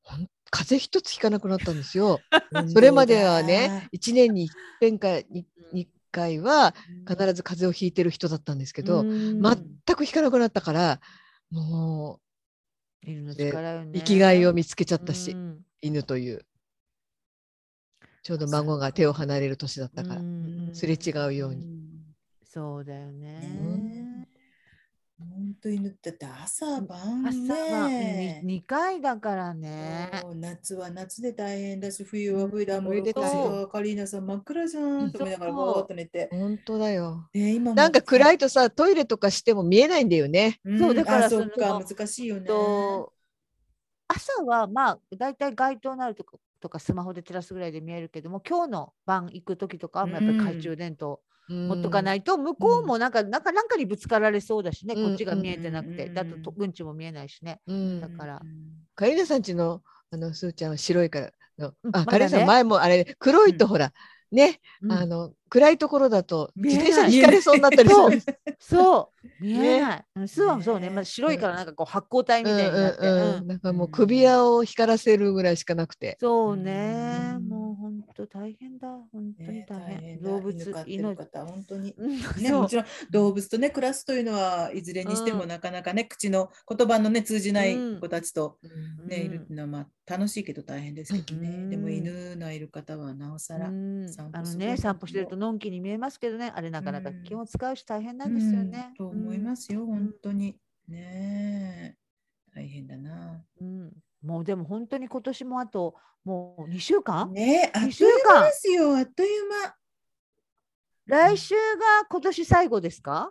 風邪一つひかなくなったんですよ。それまではね、1年に1遍か2回は必ず風邪をひいてる人だったんですけど、全くひかなくなったから、もう生きがいを見つけちゃったし、犬という。ちょうど孫が手を離れる年だったから、すれ違うように。 そうだよね。 本当にだって朝晩ね、 2回だからね。 夏は夏で大変だし、冬は冬でもうカリーナさん真っ暗じゃんと思いながらぼーっと寝て。 本当だよ。なんか暗いとさ、トイレとかしても見えないんだよね。 そうだからそっか、難しいよね。 朝はまあだいたい街灯なるとかスマホで照らすぐらいで見えるけども、今日の晩行く時とかはやっぱり懐中電灯持っとかないと、向こうもなんかにぶつかられそうだしね、こっちが見えてなくて、だとうんちも見えないしね。だからカリーナさんちのスーちゃんは白いからカリーナさん前もあれ黒いとほらね、暗いところだと自転車にひかれそうになったりする。 そう見えない。スーはそうね、白いからなんかこう発光体みたいになって、 なんかもう首輪を光らせるぐらいしかなくて。 そうね、もう本当大変だ、本当に大変。動物犬飼ってる方本当にね、もちろん動物とね暮らすというのはいずれにしてもなかなかね、口の言葉のね通じない子たちとねいるっていうのはまあ楽しいけど大変ですけどね。でも犬のいる方はなおさら散歩してるとのんきに見えますけどね、あれなかなか気を使うし大変なんですよね。 と思いますよ、本当にね、大変だな。 もうでも本当に今年もあともう2週間ね、あっという間ですよ、あっという間。 来週が今年最後ですか？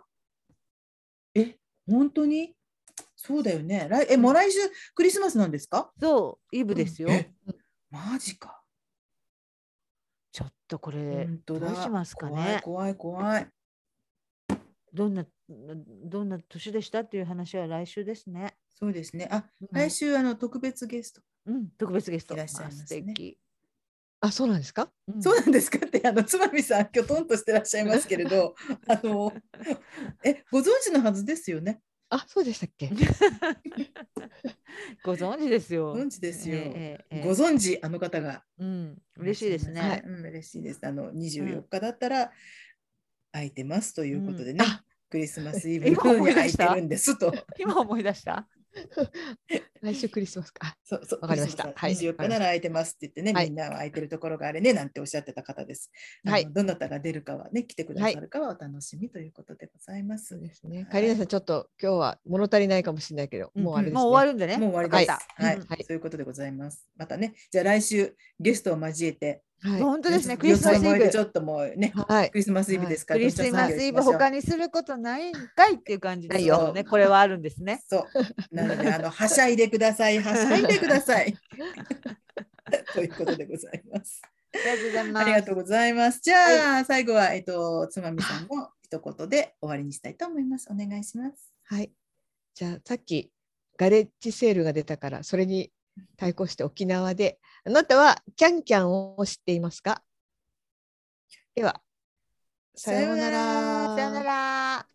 本当にそうだよね。もう来週クリスマスなんですか？ そう、イブですよ。 マジか。 ちょっとこれどうしますかね。 怖い。 どんな年でしたっていう話は来週ですね。 そうですね。来週特別ゲスト。 特別ゲストいらっしゃいますね。 そうなんですか？ そうなんですかってつまみさんきょとんとしてらっしゃいますけれどご存知のはずですよね。 そうでしたっけ？ ご存知ですよ。 ご存知ですよ。ご存知あの方が。 嬉しいですね。 嬉しいです。24日だったら空いてますということでね。クリスマスイブに空いてるんですと。 今思い出した。 来週クリスマスか。 そう、 わかりました。 24日なら空いてますって言ってね、みんなは空いてるところがあれねなんておっしゃってた方です。どなたが出るかはね、来てくださるかはお楽しみということでございます。 ですね。カリーナさん、ちょっと今日は物足りないかもしれないけど、もうあれですね。 もう終わるんでね。 もう終わりです。はい、そういうことでございます。またね、じゃあ来週ゲストを交えて。 本当ですね。クリスマスイブちょっともうね、クリスマスイブですから。 クリスマスイブ他にすることないんかいっていう感じですよね。これはあるんですね。 そう。なのではしゃいでください。はしゃいでください。ということでございます。ありがとうございます。じゃあ最後はつまみさんの一言で終わりにしたいと思います。お願いします。 はい。じゃあさっきガレッジセールが出たからそれに対抗して沖縄で、あなたはキャンキャンを知っていますか？では、さようなら。 さようなら。